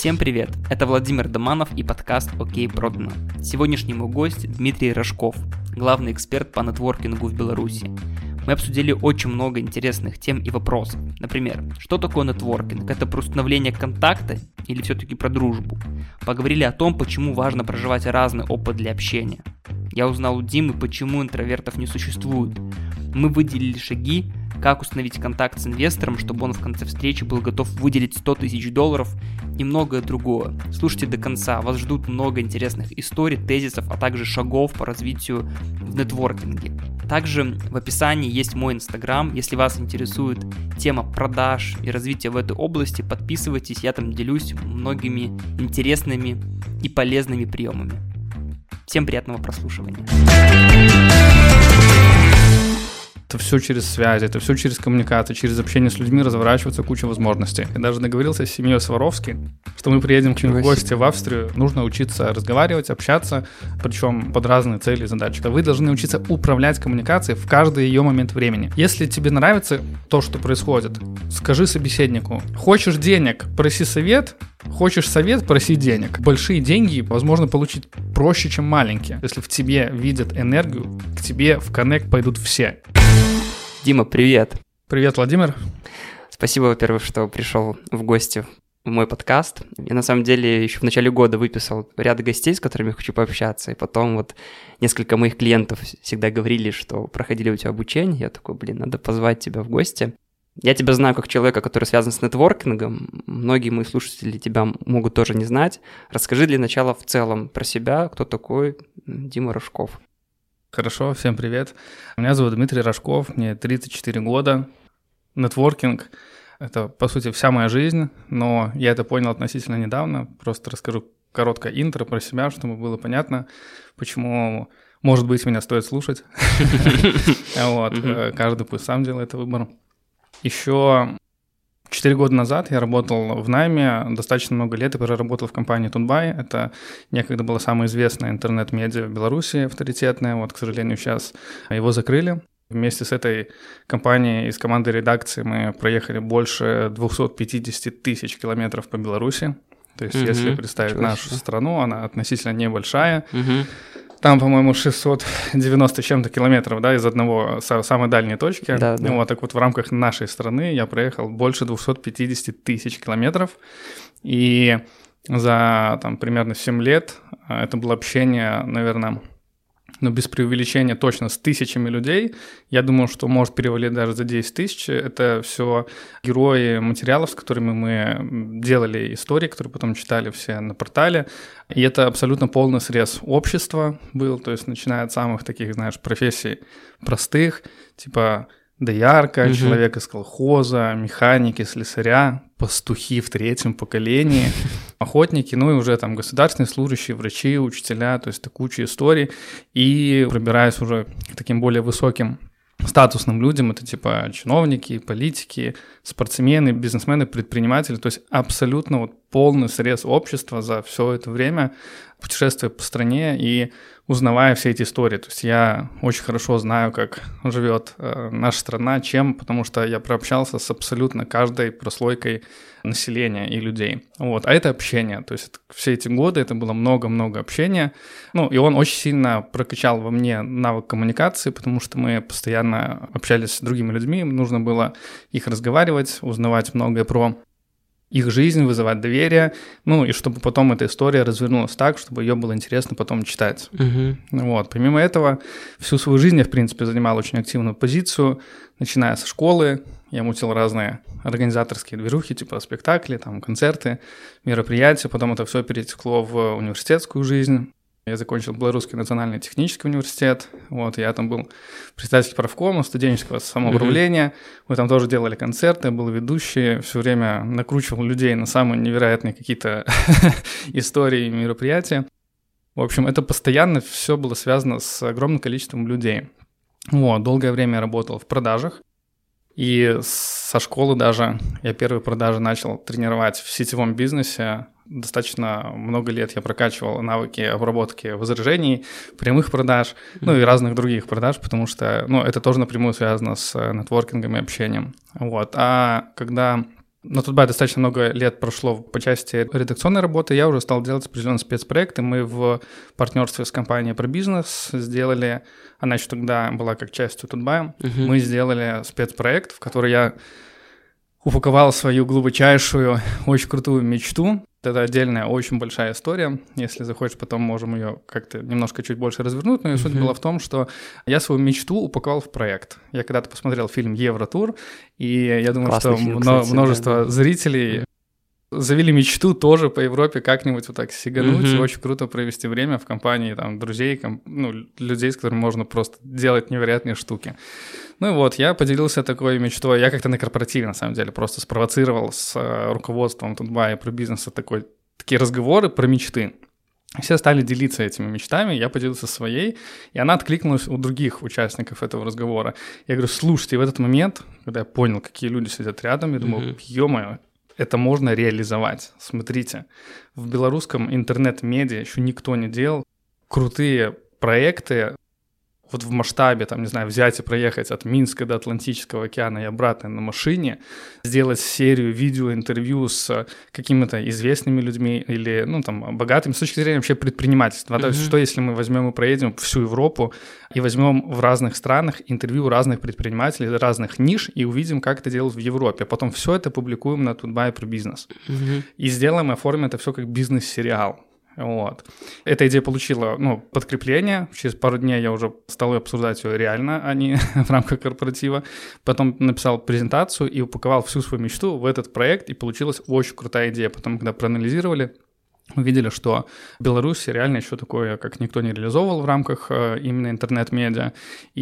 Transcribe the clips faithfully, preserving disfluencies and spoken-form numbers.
Всем привет! Это Владимир Доманов и подкаст «Окей, продано». Сегодняшний мой гость Дмитрий Рожков, главный эксперт по нетворкингу в Беларуси. Мы обсудили очень много интересных тем и вопросов. Например, что такое нетворкинг? Это про установление контакта или все-таки про дружбу? Поговорили о том, почему важно проживать разный опыт для общения. Я узнал у Димы, почему интровертов не существует. Мы выделили шаги, как установить контакт с инвестором, чтобы он в конце встречи был готов выделить сто тысяч долларов и многое другое. Слушайте до конца, вас ждут много интересных историй, тезисов, а также шагов по развитию в нетворкинге. Также в описании есть мой инстаграм, если вас интересует тема продаж и развития в этой области, подписывайтесь, я там делюсь многими интересными и полезными приемами. Всем приятного прослушивания. Это все через связи, это все через коммуникацию, через общение с людьми разворачивается куча возможностей. Я даже договорился с семьей Сваровски, что мы приедем к ним в гости в Австрию. Нужно учиться разговаривать, общаться, причем под разные цели и задачи. Вы должны учиться управлять коммуникацией в каждый ее момент времени. Если тебе нравится то, что происходит, скажи собеседнику: хочешь денег, проси совет. Хочешь совет, проси денег. Большие деньги возможно получить проще, чем маленькие. Если в тебе видят энергию, к тебе в коннект пойдут все. Дима, привет. Привет, Владимир. Спасибо, во-первых, что пришел в гости в мой подкаст. Я на самом деле еще в начале года выписал ряд гостей, с которыми хочу пообщаться, и потом вот несколько моих клиентов всегда говорили, что проходили у тебя обучение. Я такой, блин, надо позвать тебя в гости. Я тебя знаю как человека, который связан с нетворкингом. Многие мои слушатели тебя могут тоже не знать. Расскажи для начала в целом про себя, кто такой Дима Рожков. Хорошо, всем привет. Меня зовут Дмитрий Рожков, мне тридцать четыре года. Нетворкинг — это, по сути, вся моя жизнь, но я это понял относительно недавно. Просто расскажу короткое интро про себя, чтобы было понятно, почему, может быть, меня стоит слушать. Вот, каждый пусть сам делает выбор. Еще четыре года назад я работал в найме, достаточно много лет, и проработал в компании Тунбай. Это некогда была самая известная интернет-медиа в Беларуси, авторитетная. Вот, к сожалению, сейчас его закрыли. Вместе с этой компанией, из команды редакции мы проехали больше двести пятьдесят тысяч километров по Беларуси. То есть, угу, если представить нашу страну, она относительно небольшая. Угу. Там, по-моему, шестьсот девяносто чем-то километров, да, из одного самой дальней точки. Да, да. Вот так вот в рамках нашей страны я проехал больше двести пятьдесят тысяч километров. И за там примерно семь лет это было общение, наверное, ну, без преувеличения, точно с тысячами людей. Я думаю, что может перевалить даже за десять тысяч. Это все герои материалов, с которыми мы делали истории, которые потом читали все на портале. И это абсолютно полный срез общества был, то есть начиная от самых таких, знаешь, профессий простых, типа доярка, угу. человек из колхоза, механики, слесаря, пастухи в третьем поколении, охотники, ну и уже там государственные служащие, врачи, учителя, то есть это куча историй. И пробираясь уже к таким более высоким статусным людям, это типа чиновники, политики, спортсмены, бизнесмены, предприниматели, то есть абсолютно вот полный срез общества за все это время, путешествуя по стране и узнавая все эти истории. То есть я очень хорошо знаю, как живет э, наша страна, чем, потому что я прообщался с абсолютно каждой прослойкой населения и людей. Вот. А это общение. То есть это, все эти годы это было много-много общения. Ну, и он очень сильно прокачал во мне навык коммуникации, потому что мы постоянно общались с другими людьми, нужно было их разговаривать, узнавать многое про их жизнь, вызывать доверие, ну и чтобы потом эта история развернулась так, чтобы ее было интересно потом читать. Uh-huh. Вот. Помимо этого, всю свою жизнь я, в принципе, занимал очень активную позицию, начиная со школы. Я мутил разные организаторские движухи, типа спектакли, там, концерты, мероприятия. Потом это все перетекло в университетскую жизнь. Я закончил Белорусский национальный технический университет. Вот, я там был председатель правкома, студенческого самоуправления. Mm-hmm. Мы там тоже делали концерты, был ведущий, все время накручивал людей на самые невероятные какие-то истории и мероприятия. В общем, это постоянно все было связано с огромным количеством людей. Вот, долгое время я работал в продажах. И со школы даже я первые продажи начал тренировать в сетевом бизнесе. Достаточно много лет я прокачивал навыки обработки возражений, прямых продаж, mm-hmm. ну и разных других продаж, потому что ну, это тоже напрямую связано с нетворкингом и общением. Вот. А когда На Тутбай достаточно много лет прошло по части редакционной работы, я уже стал делать определенные спецпроекты. Мы в партнерстве с компанией про бизнес сделали, она еще тогда была как частью Тутбая, uh-huh. мы сделали спецпроект, в который я упаковал свою глубочайшую, очень крутую мечту. Это отдельная, очень большая история. Если захочешь, потом можем ее как-то немножко чуть больше развернуть. Но ее mm-hmm. суть была в том, что я свою мечту упаковал в проект. Я когда-то посмотрел фильм «Евротур», и я думаю, Классный что фильм, мно- кстати, множество да. зрителей mm-hmm. завели мечту тоже по Европе как-нибудь вот так сигануть. Mm-hmm. И очень круто провести время в компании там, друзей, ком- ну, людей, с которыми можно просто делать невероятные штуки. Ну и вот, я поделился такой мечтой. Я как-то на корпоративе, на самом деле, просто спровоцировал с э, руководством Тутбая про бизнеса такой, такие разговоры про мечты. Все стали делиться этими мечтами, я поделился своей, и она откликнулась у других участников этого разговора. Я говорю, слушайте, в этот момент, когда я понял, какие люди сидят рядом, я думал, mm-hmm. ё-моё, это можно реализовать. Смотрите, в белорусском интернет-медиа еще никто не делал крутые проекты, вот в масштабе, там, не знаю, взять и проехать от Минска до Атлантического океана и обратно на машине, сделать серию видеоинтервью с какими-то известными людьми или, ну, там, богатыми, с точки зрения вообще предпринимательства. Mm-hmm. То есть, что если мы возьмем и проедем всю Европу и возьмем в разных странах интервью разных предпринимателей, разных ниш и увидим, как это делают в Европе. Потом все это публикуем на Тутбай про бизнес. Mm-hmm. И сделаем, оформим это все как бизнес-сериал. Вот. Эта идея получила, ну, подкрепление. Через пару дней я уже стал обсуждать ее реально, а не в рамках корпоратива. Потом написал презентацию и упаковал всю свою мечту в этот проект, и получилась очень крутая идея. Потом, когда проанализировали, увидели, что в Беларуси реально еще такое, как никто не реализовывал в рамках именно интернет-медиа,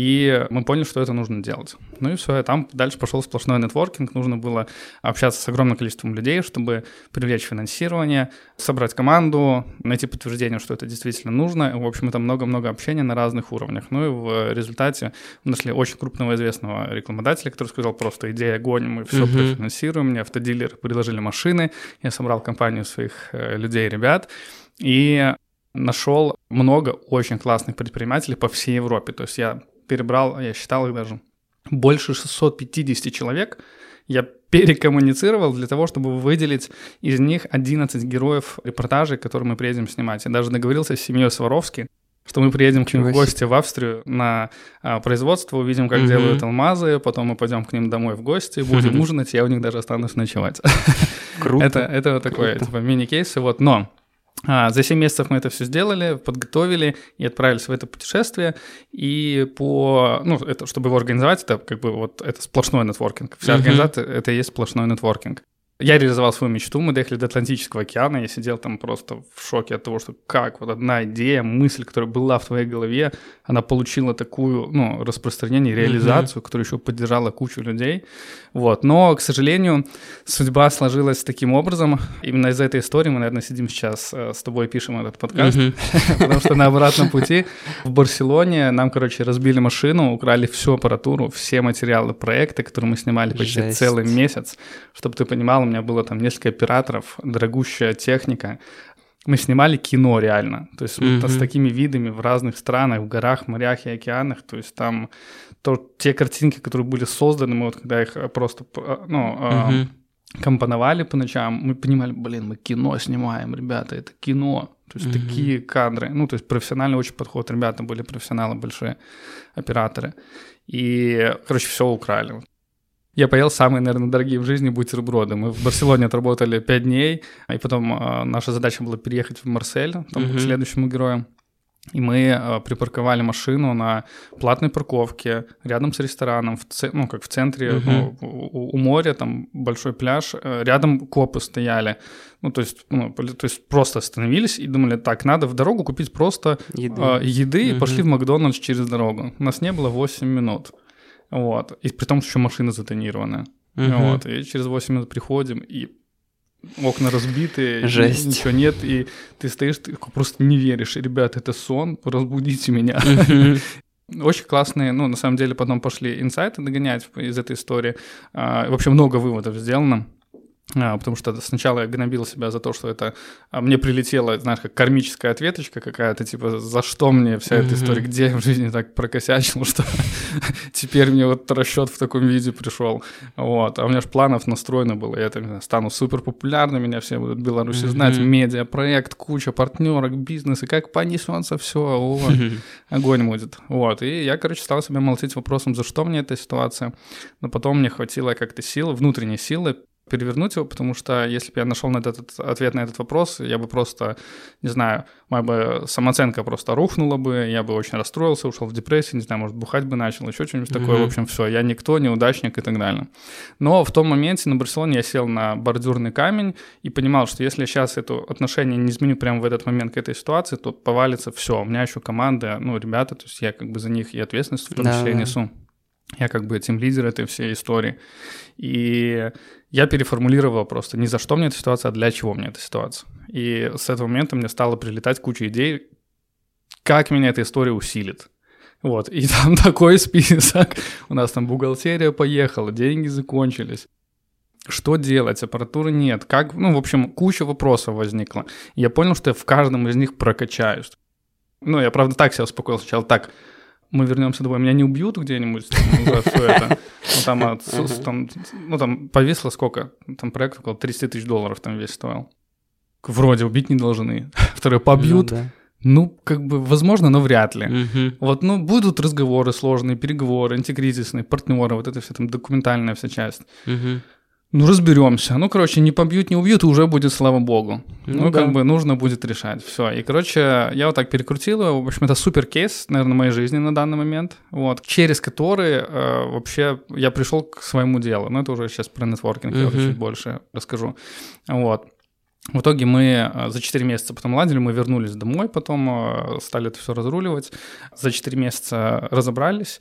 и мы поняли, что это нужно делать. Ну и все, и там дальше пошел сплошной нетворкинг, нужно было общаться с огромным количеством людей, чтобы привлечь финансирование, собрать команду, найти подтверждение, что это действительно нужно. В общем, это много-много общения на разных уровнях. Ну и в результате мы нашли очень крупного известного рекламодателя, который сказал просто идея огонь, мы все uh-huh. профинансируем, мне автодилеры предложили машины, я собрал компанию своих людей, ребят, и нашел много очень классных предпринимателей по всей Европе. То есть я перебрал, я считал их даже, больше шестьсот пятьдесят человек я перекоммуницировал для того, чтобы выделить из них одиннадцать героев репортажей, которые мы приедем снимать. Я даже договорился с семьей Сваровски, что мы приедем к ним в гости в Австрию на а, производство, увидим, как mm-hmm. делают алмазы, потом мы пойдем к ним домой в гости, будем ужинать, я у них даже останусь ночевать. Круто. Это, это вот такое, типа, мини-кейсы, вот, но а, за семь месяцев мы это все сделали, подготовили и отправились в это путешествие, и по, ну, это, чтобы его организовать, это как бы вот, это сплошной нетворкинг, вся mm-hmm. организация, это и есть сплошной нетворкинг. Я реализовал свою мечту, мы доехали до Атлантического океана, я сидел там просто в шоке от того, что как вот одна идея, мысль, которая была в твоей голове, она получила такую, ну, распространение, реализацию, mm-hmm. которая еще поддержала кучу людей, вот. Но, к сожалению, судьба сложилась таким образом, именно из-за этой истории мы, наверное, сидим сейчас с тобой и пишем этот подкаст, mm-hmm. потому что на обратном пути в Барселоне нам, короче, разбили машину, украли всю аппаратуру, все материалы проекта, которые мы снимали почти Жесть. целый месяц, чтобы ты понимал, у меня было там несколько операторов, дорогущая техника. Мы снимали кино реально. То есть mm-hmm. с такими видами в разных странах, в горах, морях и океанах. То есть там то, те картинки, которые были созданы, мы вот когда их просто ну, mm-hmm. э, компоновали по ночам, мы понимали, блин, мы кино снимаем, ребята, это кино. То есть mm-hmm. такие кадры. Ну, то есть профессиональный очень подход. Ребята были профессионалы, большие операторы. И, короче, все украли. Я поел самые, наверное, дорогие в жизни бутерброды. Мы в Барселоне отработали пять дней, и потом э, наша задача была переехать в Марсель, там, mm-hmm. к следующему герою. И мы э, припарковали машину на платной парковке рядом с рестораном, в ц... ну, как в центре, mm-hmm. ну, у, у моря, там большой пляж, э, рядом копы стояли. Ну, то есть, ну, то есть просто остановились и думали, так, надо в дорогу купить просто еды, э, еды mm-hmm. и пошли в Макдональдс через дорогу. У нас не было восемь минут. Вот. И при том, что еще машина затонирована. Uh-huh. Вот. И через восемь минут приходим, и окна разбиты, Жесть. Ничего нет, и ты стоишь, ты просто не веришь. Ребята, это сон, разбудите меня. Uh-huh. Очень классные, ну, на самом деле, потом пошли инсайты догонять из этой истории. А, вообще много выводов сделано. А, потому что сначала я гнобил себя за то, что это а, мне прилетело, знаешь, как кармическая ответочка какая-то, типа, за что мне вся эта история, где я в жизни так прокосячил, что теперь мне вот расчет в таком виде пришел. Вот. А у меня же планов настроено было, я там стану супер популярным, меня все будут в Беларуси знать, медиапроект, куча партнерок, бизнес, и как понесется все, огонь будет. Вот. И я, короче, стал себя молотить вопросом, за что мне эта ситуация. Но потом мне хватило как-то силы, внутренней силы, перевернуть его, потому что если бы я нашел на этот ответ на этот вопрос, я бы просто, не знаю, моя бы самооценка просто рухнула бы, я бы очень расстроился, ушел в депрессию, не знаю, может, бухать бы начал, еще что-нибудь mm-hmm. такое, в общем, все, я никто, неудачник и так далее. Но в том моменте на Барселоне я сел на бордюрный камень и понимал, что если я сейчас это отношение не изменю прямо в этот момент к этой ситуации, то повалится все. У меня еще команда, ну, ребята, то есть я как бы за них и ответственность в том числе да. несу. Я как бы тимлидер этой всей истории. И я переформулировал просто не за что мне эта ситуация, а для чего мне эта ситуация. И с этого момента мне стало прилетать куча идей, как меня эта история усилит. Вот, и там такой список. У нас там бухгалтерия поехала, деньги закончились. Что делать? Аппаратуры нет. Как, ну, в общем, куча вопросов возникла. И я понял, что я в каждом из них прокачаюсь. Ну, я, правда, так себя успокоил сначала. Так, мы вернемся домой, меня не убьют где-нибудь за все это. Ну, там, от, там, ну, там повисло сколько? Там проект около тридцать тысяч долларов там весь стоил. Вроде убить не должны. Второе, побьют. Ну, да. Ну, как бы, возможно, но вряд ли. Угу. Вот, ну, будут разговоры сложные, переговоры, антикризисные, партнеры, вот это вся там документальная вся часть. Угу. Ну, разберемся. Ну, короче, не побьют, не убьют, и уже будет, слава богу. Ну, ну да. Как бы нужно будет решать. Все. И, короче, я вот так перекрутил его. В общем, это супер кейс, наверное, моей жизни на данный момент, вот, через который э, вообще я пришел к своему делу. Ну, это уже сейчас про нетворкинг, uh-huh. я уже чуть больше расскажу. Вот. В итоге мы за четыре месяца потом ладили, мы вернулись домой, потом стали это все разруливать. За четыре месяца разобрались,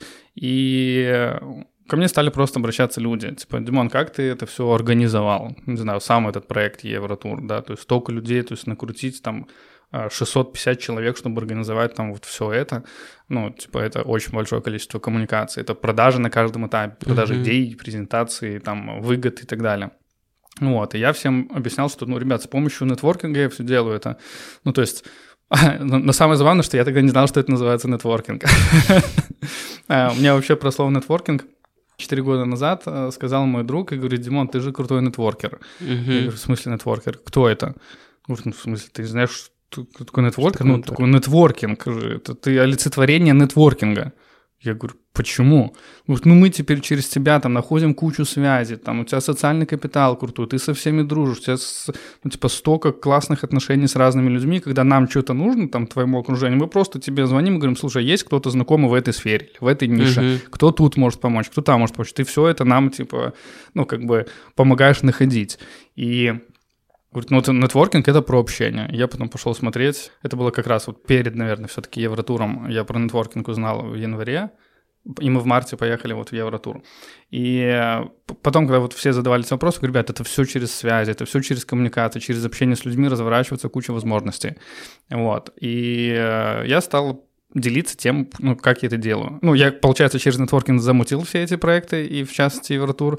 и ко мне стали просто обращаться люди. Типа, Димон, как ты это все организовал? Не знаю, сам этот проект Евротур, да, то есть столько людей, то есть накрутить там шестьсот пятьдесят человек, чтобы организовать там вот все это. Ну, типа, это очень большое количество коммуникаций. Это продажи на каждом этапе, продажи uh-huh. идей, презентации, там, выгод и так далее. Вот, и я всем объяснял, что, ну, ребят, с помощью нетворкинга я все делаю это. Ну, то есть, но самое забавное, что я тогда не знал, что это называется нетворкинг. У меня вообще про слово нетворкинг четыре года назад сказал мой друг и говорит: Димон, ты же крутой нетворкер. Я говорю: в смысле нетворкер? Кто это? Говорит: ну, в смысле, ты знаешь, что такое нетворкер? Ну, такой нетворкинг. Это ты олицетворение нетворкинга. Я говорю: почему? Говорит: ну мы теперь через тебя там находим кучу связей, там у тебя социальный капитал крутой, ты со всеми дружишь, у тебя ну, типа столько классных отношений с разными людьми, когда нам что-то нужно, там, твоему окружению, мы просто тебе звоним и говорим: слушай, есть кто-то знакомый в этой сфере, в этой нише, uh-huh. кто тут может помочь, кто там может помочь, ты все это нам, типа, ну, как бы помогаешь находить. И говорит: ну, это нетворкинг — это про общение. Я потом пошел смотреть. Это было как раз вот перед, наверное, все-таки Евротуром. Я про нетворкинг узнал в январе, и мы в марте поехали вот в Евротур. И потом, когда вот все задавались вопросом, говорю: ребят, это все через связи, это все через коммуникацию, через общение с людьми разворачивается куча возможностей. Вот. И я стал делиться тем, ну, как я это делаю. Ну, я, получается, через нетворкинг замутил все эти проекты, и в частности Евротур,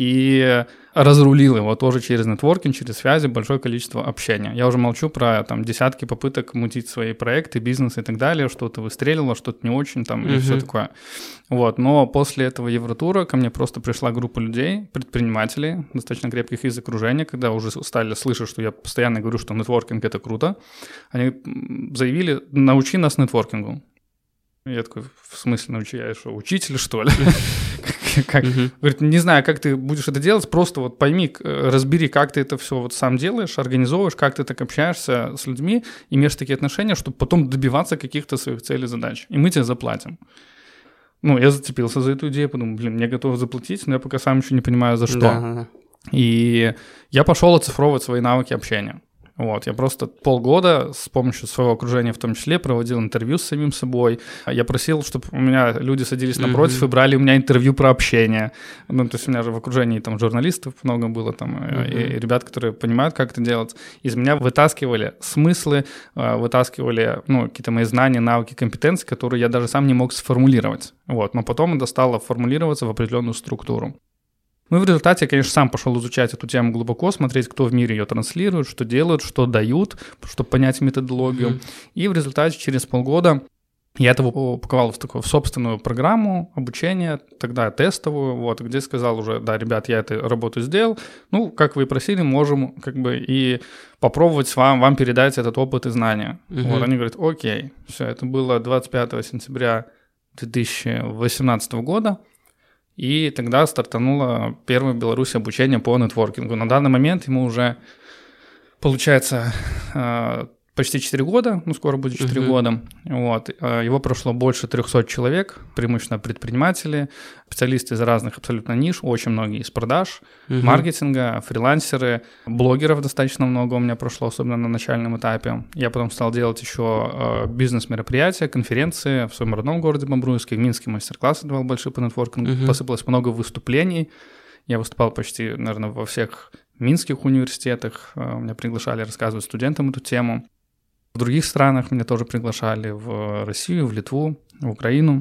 и разрулил его тоже через нетворкинг, через связи, большое количество общения. Я уже молчу про там десятки попыток мутить свои проекты, бизнес и так далее, что-то выстрелило, что-то не очень, там, uh-huh. и все такое. Вот, но после этого Евротура ко мне просто пришла группа людей, предпринимателей, достаточно крепких из окружения, когда уже стали слышать, что я постоянно говорю, что нетворкинг — это круто. Они заявили: научи нас нетворкингу. Я такой: в смысле научи? Я что, учитель, что ли? Как? Uh-huh. Говорит: не знаю, как ты будешь это делать, просто вот пойми, разбери, как ты это все вот сам делаешь, организовываешь, как ты так общаешься с людьми, имеешь такие отношения, чтобы потом добиваться каких-то своих целей, задач. И мы тебе заплатим. Ну, я зацепился за эту идею, подумал: блин, мне готовы заплатить, но я пока сам еще не понимаю, за что. Да. И я пошел оцифровывать свои навыки общения. Вот, я просто полгода с помощью своего окружения в том числе проводил интервью с самим собой. Я просил, чтобы у меня люди садились напротив mm-hmm. и брали у меня интервью про общение. Ну, то есть у меня же в окружении там журналистов много было, там, mm-hmm. и, и ребят, которые понимают, как это делать. Из меня вытаскивали смыслы, вытаскивали, ну, какие-то мои знания, навыки, компетенции, которые я даже сам не мог сформулировать. Вот, но потом это стало формулироваться в определенную структуру. Ну и в результате я, конечно, сам пошел изучать эту тему глубоко, смотреть, кто в мире ее транслирует, что делают, что дают, чтобы понять методологию. Mm-hmm. И в результате через полгода я это упаковал в такую в собственную программу обучения, тогда тестовую, вот, где сказал уже, да, ребят, я эту работу сделал, ну, как вы и просили, можем как бы и попробовать вам, вам передать этот опыт и знания. Mm-hmm. Вот, они говорят, окей, все, это было двадцать пятого сентября две тысячи восемнадцатого года, и тогда стартануло первое в Беларуси обучение по нетворкингу. На данный момент ему уже, получается, почти четыре года, ну, скоро будет четыре uh-huh. года. Вот. Его прошло больше трехсот человек, преимущественно предприниматели, специалисты из разных абсолютно ниш, очень многие из продаж, uh-huh. маркетинга, фрилансеры, блогеров достаточно много у меня прошло, особенно на начальном этапе. Я потом стал делать еще бизнес-мероприятия, конференции в своем родном городе Бобруйске, в Минске мастер-классы давал большие по нетворкингу, uh-huh. посыпалось много выступлений. Я выступал почти, наверное, во всех минских университетах, меня приглашали рассказывать студентам эту тему. В других странах меня тоже приглашали, в Россию, в Литву, в Украину.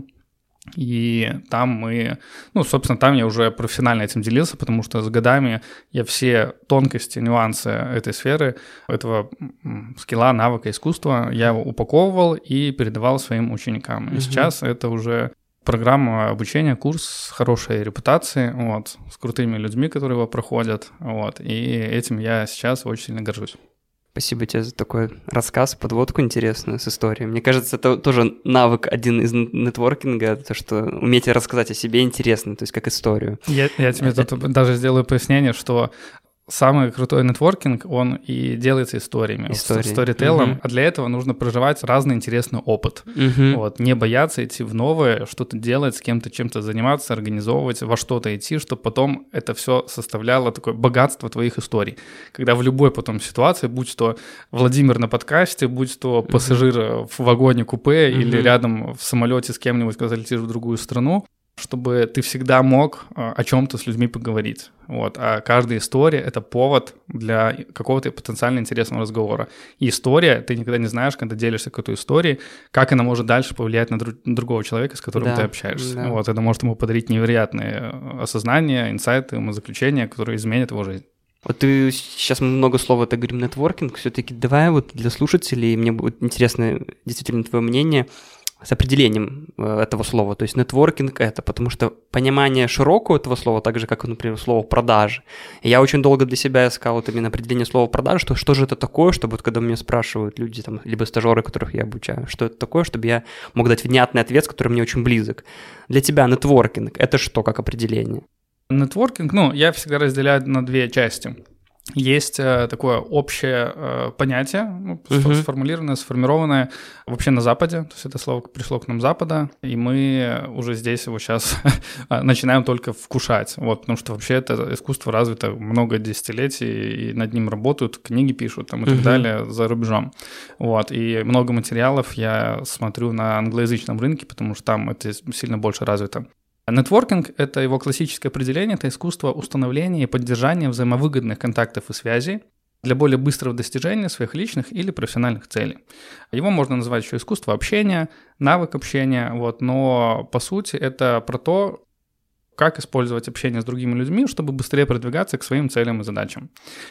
И там мы, ну, собственно, там я уже профессионально этим делился, потому что с годами я все тонкости, нюансы этой сферы, этого скилла, навыка, искусства я упаковывал и передавал своим ученикам. И mm-hmm. сейчас это уже программа обучения, курс с хорошей репутацией, вот, с крутыми людьми, которые его проходят, вот, и этим я сейчас очень сильно горжусь. Спасибо тебе за такой рассказ, подводку интересную с историей. Мне кажется, это тоже навык один из нетворкинга, то, что уметь рассказать о себе интересно, то есть как историю. Я, я тебе это... тут даже сделаю пояснение, что самый крутой нетворкинг, он и делается историями, Истории. сторителлом, угу. а для этого нужно проживать разный интересный опыт. Угу. Вот, не бояться идти в новое, что-то делать, с кем-то чем-то заниматься, организовывать, во что-то идти, чтобы потом это все составляло такое богатство твоих историй. Когда в любой потом ситуации, будь то Владимир на подкасте, будь то угу. пассажир в вагоне-купе угу. или рядом в самолете с кем-нибудь, когда летишь в другую страну, чтобы ты всегда мог о чем-то с людьми поговорить. Вот. А каждая история — это повод для какого-то потенциально интересного разговора. И история, ты никогда не знаешь, когда делишься какой-то историей, как она может дальше повлиять на, друг, на другого человека, с которым да, ты общаешься. Да. Вот. Это может ему подарить невероятные осознания, инсайты, умозаключения, которые изменят его жизнь. Вот ты сейчас мы много слов это говорим нетворкинг, все-таки давай вот для слушателей, мне будет интересно действительно твое мнение с определением этого слова, то есть нетворкинг это, потому что понимание широкого этого слова, так же, как, например, слово продажи. И я очень долго для себя искал вот именно определение слова продажи, что, что же это такое, чтобы вот когда меня спрашивают люди, там, либо стажеры, которых я обучаю, что это такое, чтобы я мог дать внятный ответ, который мне очень близок. Для тебя нетворкинг это что, как определение? Нетворкинг, ну, я всегда разделяю на две части. Есть э, такое общее э, понятие, ну, uh-huh. сформулированное, сформированное вообще на Западе, то есть это слово пришло к нам с Запада, и мы уже здесь его сейчас начинаем только вкушать, вот, потому что вообще это искусство развито много десятилетий, и над ним работают, книги пишут там, и uh-huh. так далее за рубежом, вот, и много материалов я смотрю на англоязычном рынке, потому что там это сильно больше развито. Нетворкинг — это его классическое определение, это искусство установления и поддержания взаимовыгодных контактов и связей для более быстрого достижения своих личных или профессиональных целей. Его можно назвать еще искусство общения, навык общения, вот, но по сути это про то, как использовать общение с другими людьми, чтобы быстрее продвигаться к своим целям и задачам.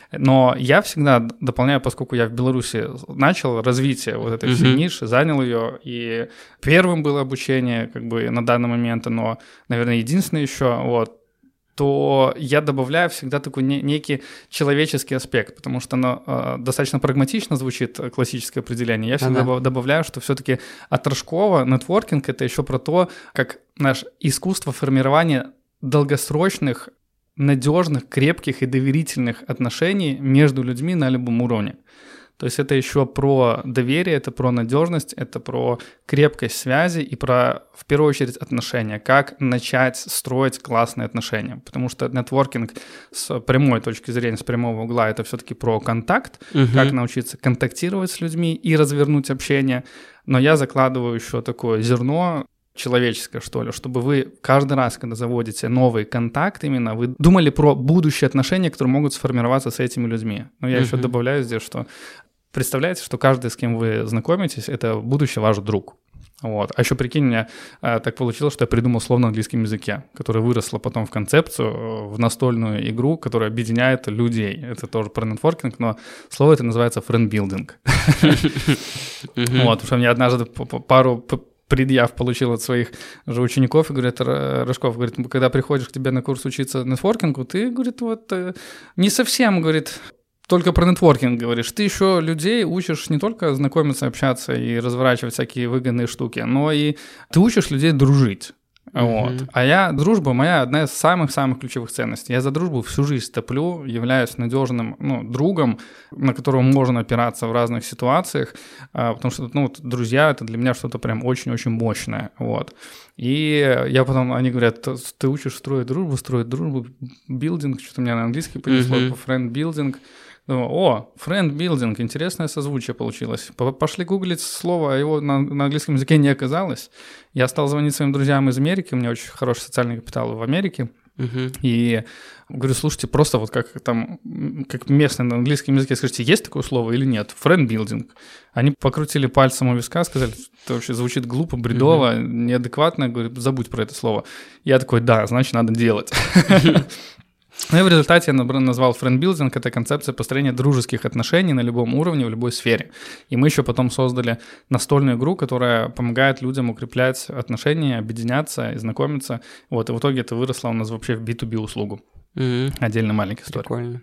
Но я всегда дополняю, поскольку я в Беларуси начал развитие вот этой всей uh-huh. ниши, занял ее, и первым было обучение как бы на данный момент, но, наверное, единственное еще, вот, то я добавляю всегда такой не, некий человеческий аспект, потому что оно э, достаточно прагматично звучит, классическое определение. Я всегда ага. добавляю, что все-таки от Рожкова нетворкинг — это еще про то, как наше искусство формирования долгосрочных, надежных, крепких и доверительных отношений между людьми на любом уровне. То есть это еще про доверие, это про надежность, это про крепкость связи и про, в первую очередь, отношения. Как начать строить классные отношения. Потому что нетворкинг с прямой точки зрения, с прямого угла, это все-таки про контакт, угу. как научиться контактировать с людьми и развернуть общение. Но я закладываю еще такое зерно человеческое, что ли, чтобы вы каждый раз, когда заводите новый контакт именно, вы думали про будущие отношения, которые могут сформироваться с этими людьми. Но я uh-huh. еще добавляю здесь, что представляете, что каждый, с кем вы знакомитесь, это будущий ваш друг. Вот. А еще прикинь, у меня а, так получилось, что я придумал слово на английском языке, которое выросло потом в концепцию, в настольную игру, которая объединяет людей. Это тоже про нетворкинг, но слово это называется friend-building. Вот, потому что мне однажды пару предъяв получил от своих же учеников, и говорят, Рожков, говорит, когда приходишь к тебе на курс учиться нетворкингу, ты, говорит, вот не совсем, говорит, только про нетворкинг говоришь. Ты еще людей учишь не только знакомиться, общаться и разворачивать всякие выгодные штуки, но и ты учишь людей дружить. Mm-hmm. Вот. А я, дружба моя одна из самых-самых ключевых ценностей. Я за дружбу всю жизнь топлю, являюсь надежным, ну, другом, на которого можно опираться в разных ситуациях, потому что, ну, вот, друзья — это для меня что-то прям очень-очень мощное. Вот. И я потом, они говорят, ты учишь строить дружбу, строить дружбу, билдинг, что-то у меня на английский понесло, mm-hmm. friend-building. Думаю, о, friend-building, интересное созвучие получилось. Пошли гуглить слово, а его на, на английском языке не оказалось. Я стал звонить своим друзьям из Америки, у меня очень хороший социальный капитал в Америке. Uh-huh. И говорю, слушайте, просто вот как там, как местные на английском языке, скажите, есть такое слово или нет? Friend-building. Они покрутили пальцем у виска, сказали, это вообще звучит глупо, бредово, uh-huh. неадекватно. Говорю, забудь про это слово. Я такой, да, значит, надо делать. Ну и в результате я назвал friend-building — это концепция построения дружеских отношений на любом уровне, в любой сфере. И мы еще потом создали настольную игру, которая помогает людям укреплять отношения, объединяться и знакомиться. Вот, и в итоге это выросло у нас вообще в би ту би услугу. Mm-hmm. Отдельно маленькая история. Прикольно.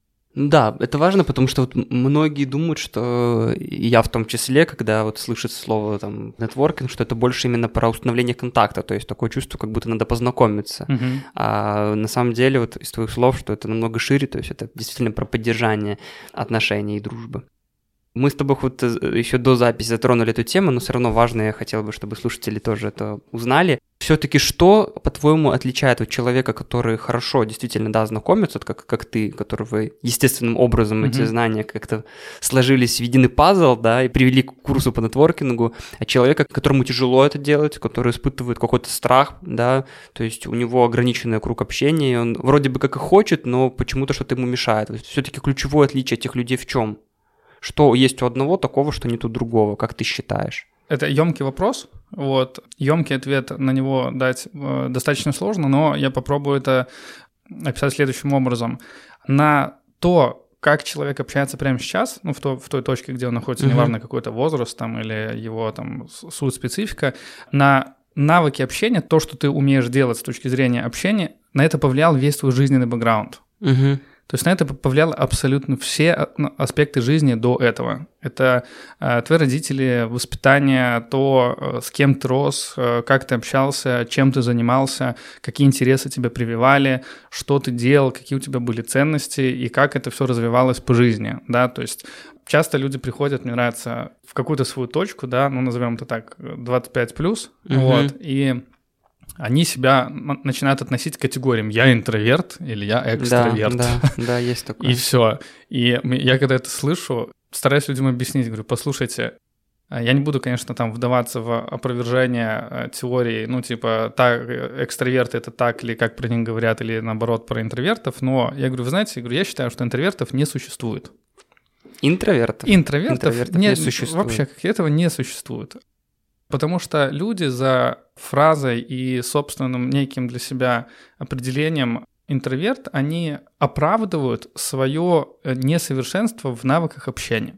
Да, это важно, потому что вот многие думают, что, и я в том числе, когда вот слышат слово там нетворкинг, что это больше именно про установление контакта, то есть такое чувство, как будто надо познакомиться. Uh-huh. А на самом деле вот из твоих слов, что это намного шире, то есть это действительно про поддержание отношений и дружбы. Мы с тобой вот еще до записи затронули эту тему, но все равно важно, я хотел бы, чтобы слушатели тоже это узнали. Все-таки что, по-твоему, отличает вот человека, который хорошо действительно, да, знакомится, как, как ты, которого естественным образом mm-hmm. эти знания как-то сложились в единый пазл, да, и привели к курсу по нетворкингу, а человека, которому тяжело это делать, который испытывает какой-то страх, да, то есть у него ограниченный круг общения, и он вроде бы как и хочет, но почему-то что-то ему мешает. Все-таки ключевое отличие этих людей в чем? Что есть у одного такого, что нет у другого, как ты считаешь? Это ёмкий вопрос, вот. Ёмкий ответ на него дать э, достаточно сложно, но я попробую это описать следующим образом. На то, как человек общается прямо сейчас, ну, в, то, в той точке, где он находится, uh-huh. неважно, какой-то возраст там или его там суть, специфика, на навыки общения, то, что ты умеешь делать с точки зрения общения, на это повлиял весь твой жизненный бэкграунд. Uh-huh. То есть на это повлияло абсолютно все аспекты жизни до этого. Это э, твои родители, воспитание, то, э, с кем ты рос, э, как ты общался, чем ты занимался, какие интересы тебя прививали, что ты делал, какие у тебя были ценности и как это все развивалось по жизни. Да? То есть часто люди приходят, мне нравится, в какую-то свою точку, да, ну назовем это так, двадцать пять плюс, uh-huh. вот, и они себя начинают относить к категориям «я интроверт» или «я экстраверт». Да, да, да, есть такое. И все. И я когда это слышу, стараюсь людям объяснить, говорю, послушайте, я не буду, конечно, там вдаваться в опровержение теории, ну, типа, так, экстраверты — это так, или как про них говорят, или наоборот про интровертов, но я говорю, вы знаете, я, говорю, я считаю, что интровертов не существует. Интровертов? Интровертов, интровертов не, не существует. Вообще, как этого не существует. Потому что люди за фразой и собственным неким для себя определением интроверт, они оправдывают свое несовершенство в навыках общения.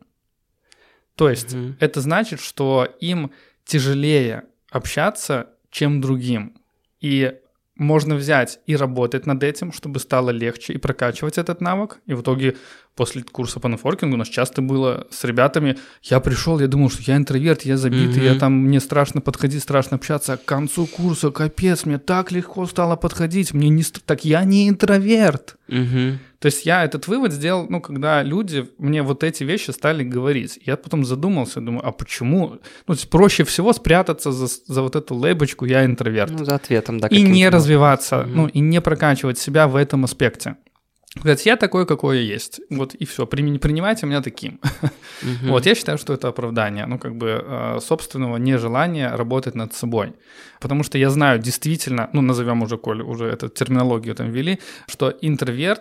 То есть mm-hmm. это значит, что им тяжелее общаться, чем другим. И можно взять и работать над этим, чтобы стало легче, и прокачивать этот навык. И в итоге после курса по нетворкингу у нас часто было с ребятами, я пришел, я думал, что я интроверт, я забитый, mm-hmm. я там, мне страшно подходить, страшно общаться, а к концу курса, капец, мне так легко стало подходить, мне не... Так я не интроверт. Mm-hmm. То есть я этот вывод сделал, ну, когда люди мне вот эти вещи стали говорить. Я потом задумался, думаю, а почему? Ну, то есть проще всего спрятаться за, за вот эту лейбочку «я интроверт». Ну, за ответом, да. И не развиваться, mm-hmm. ну, и не прокачивать себя в этом аспекте. Говорят, я такой, какой я есть. Вот и все. При, принимайте меня таким. Mm-hmm. Вот, я считаю, что это оправдание, ну, как бы собственного нежелания работать над собой. Потому что я знаю действительно, ну, назовем уже, коль уже эту терминологию там ввели, что интроверт —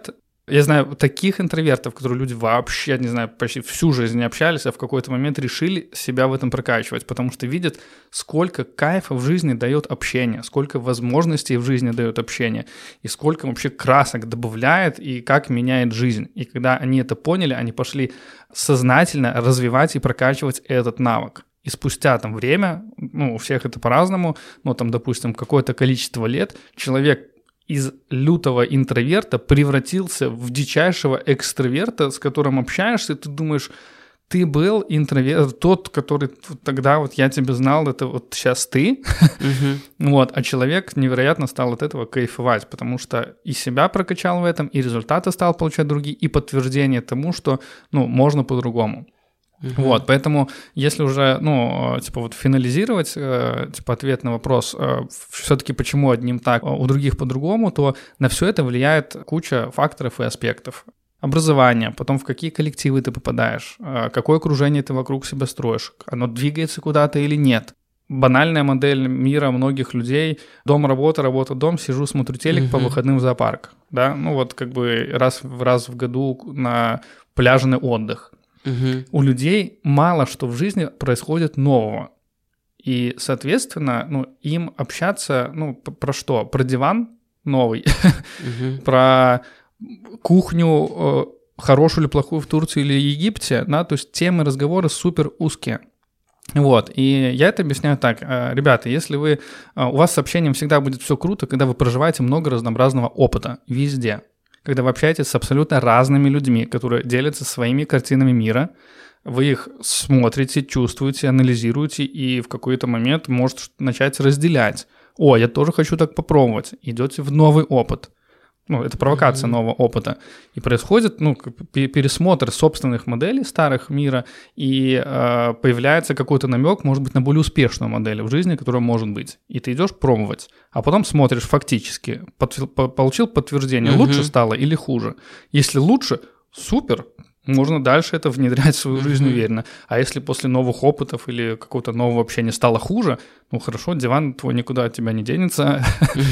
Я знаю таких интровертов, которые люди вообще, не знаю, почти всю жизнь не общались, а в какой-то момент решили себя в этом прокачивать, потому что видят, сколько кайфа в жизни дает общение, сколько возможностей в жизни дает общение, и сколько вообще красок добавляет, и как меняет жизнь. И когда они это поняли, они пошли сознательно развивать и прокачивать этот навык. И спустя там время, ну, у всех это по-разному, но там, допустим, какое-то количество лет человек из лютого интроверта превратился в дичайшего экстраверта, с которым общаешься, и ты думаешь, ты был интроверт, тот, который тогда вот я тебя знал, это вот сейчас ты, uh-huh. вот, а человек невероятно стал от этого кайфовать, потому что и себя прокачал в этом, и результаты стал получать другие, и подтверждение тому, что, ну, можно по-другому. Uh-huh. Вот, поэтому если уже, ну, типа вот финализировать, э, типа ответ на вопрос, э, все-таки почему одним так, а у других по-другому, то на все это влияет куча факторов и аспектов. Образование, потом в какие коллективы ты попадаешь, э, какое окружение ты вокруг себя строишь, оно двигается куда-то или нет. Банальная модель мира многих людей: дом-работа, работа-дом, сижу, смотрю телек, uh-huh. по выходным в зоопарк, да, ну вот как бы раз, раз в году на пляжный отдых. Угу. У людей мало что в жизни происходит нового. И, соответственно, ну, им общаться, ну, про что? Про диван новый, угу. про кухню э, хорошую или плохую в Турции или Египте, да, то есть темы разговоры супер узкие. Вот, и я это объясняю так. Ребята, если вы, у вас с общением всегда будет все круто, когда вы проживаете много разнообразного опыта везде. Когда вы общаетесь с абсолютно разными людьми, которые делятся своими картинами мира, вы их смотрите, чувствуете, анализируете, и в какой-то момент можете начать разделять. О, я тоже хочу так попробовать. Идете в новый опыт. Ну, это провокация mm-hmm. нового опыта. И происходит, ну, пересмотр собственных моделей старых мира, и э, появляется какой-то намек, может быть, на более успешную модель в жизни, которая может быть. И ты идешь пробовать, а потом смотришь фактически, под, по, получил подтверждение, mm-hmm. лучше стало или хуже. Если лучше, супер, можно дальше это внедрять в свою mm-hmm. жизнь уверенно. А если после новых опытов или какого-то нового общения стало хуже, ну хорошо, диван твой никуда от тебя не денется.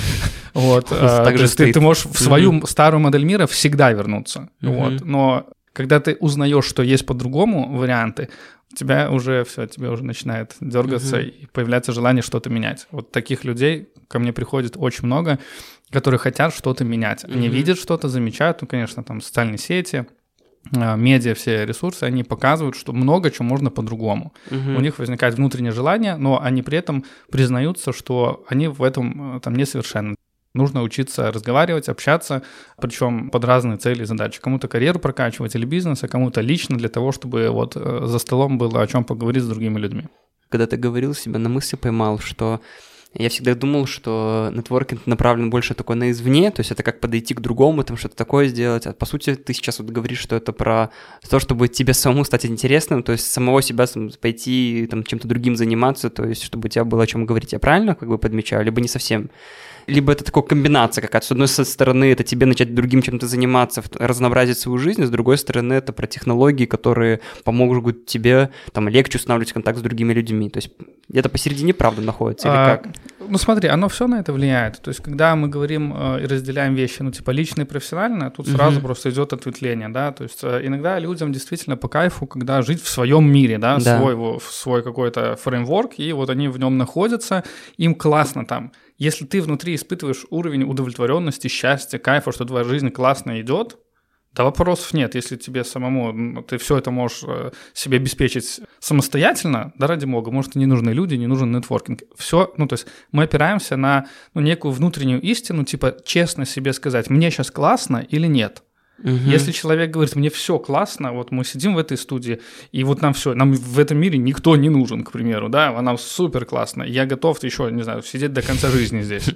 Вот. То есть ты можешь в свою старую модель мира всегда вернуться. Но когда ты узнаешь, что есть по-другому варианты, у тебя уже все, тебе уже начинает дергаться и появляется желание что-то менять. Вот таких людей ко мне приходит очень много, которые хотят что-то менять. Они видят что-то, замечают, ну, конечно, там социальные сети, медиа, все ресурсы, они показывают, что много чего можно по-другому. Uh-huh. У них возникает внутреннее желание, но они при этом признаются, что они в этом там несовершенны. Нужно учиться разговаривать, общаться, причем под разные цели и задачи. Кому-то карьеру прокачивать или бизнес, а кому-то лично для того, чтобы вот за столом было о чем поговорить с другими людьми. Когда ты говорил, себя на мысли поймал, что я всегда думал, что нетворкинг направлен больше такой на извне, то есть это как подойти к другому, там что-то такое сделать. А по сути ты сейчас вот говоришь, что это про то, чтобы тебе самому стать интересным, то есть самого себя пойти там чем-то другим заниматься, то есть чтобы у тебя было о чем говорить. Я правильно как бы подмечаю? Либо не совсем? Либо это такая комбинация какая-то. С одной стороны, это тебе начать другим чем-то заниматься, разнообразить свою жизнь, с другой стороны, это про технологии, которые помогут тебе там легче устанавливать контакт с другими людьми. То есть где-то посередине правда находится или а, как? Ну смотри, оно все на это влияет. То есть когда мы говорим и разделяем вещи, ну типа личное и профессиональное, тут сразу угу. просто идет ответвление, да. То есть иногда людям действительно по кайфу, когда жить в своем мире, да, да. Свой, свой какой-то фреймворк, и вот они в нем находятся, им классно там. Если ты внутри испытываешь уровень удовлетворенности, счастья, кайфа, что твоя жизнь классно идет, да вопросов нет. Если тебе самому, ты все это можешь себе обеспечить самостоятельно, да ради бога, может, и не нужны люди, не нужен нетворкинг. Все, ну то есть мы опираемся на ну, некую внутреннюю истину, типа честно себе сказать, мне сейчас классно или нет. Угу. Если человек говорит, мне все классно, вот мы сидим в этой студии, и вот нам все, нам в этом мире никто не нужен, к примеру, да, а нам супер классно, я готов еще, не знаю, сидеть до конца жизни здесь.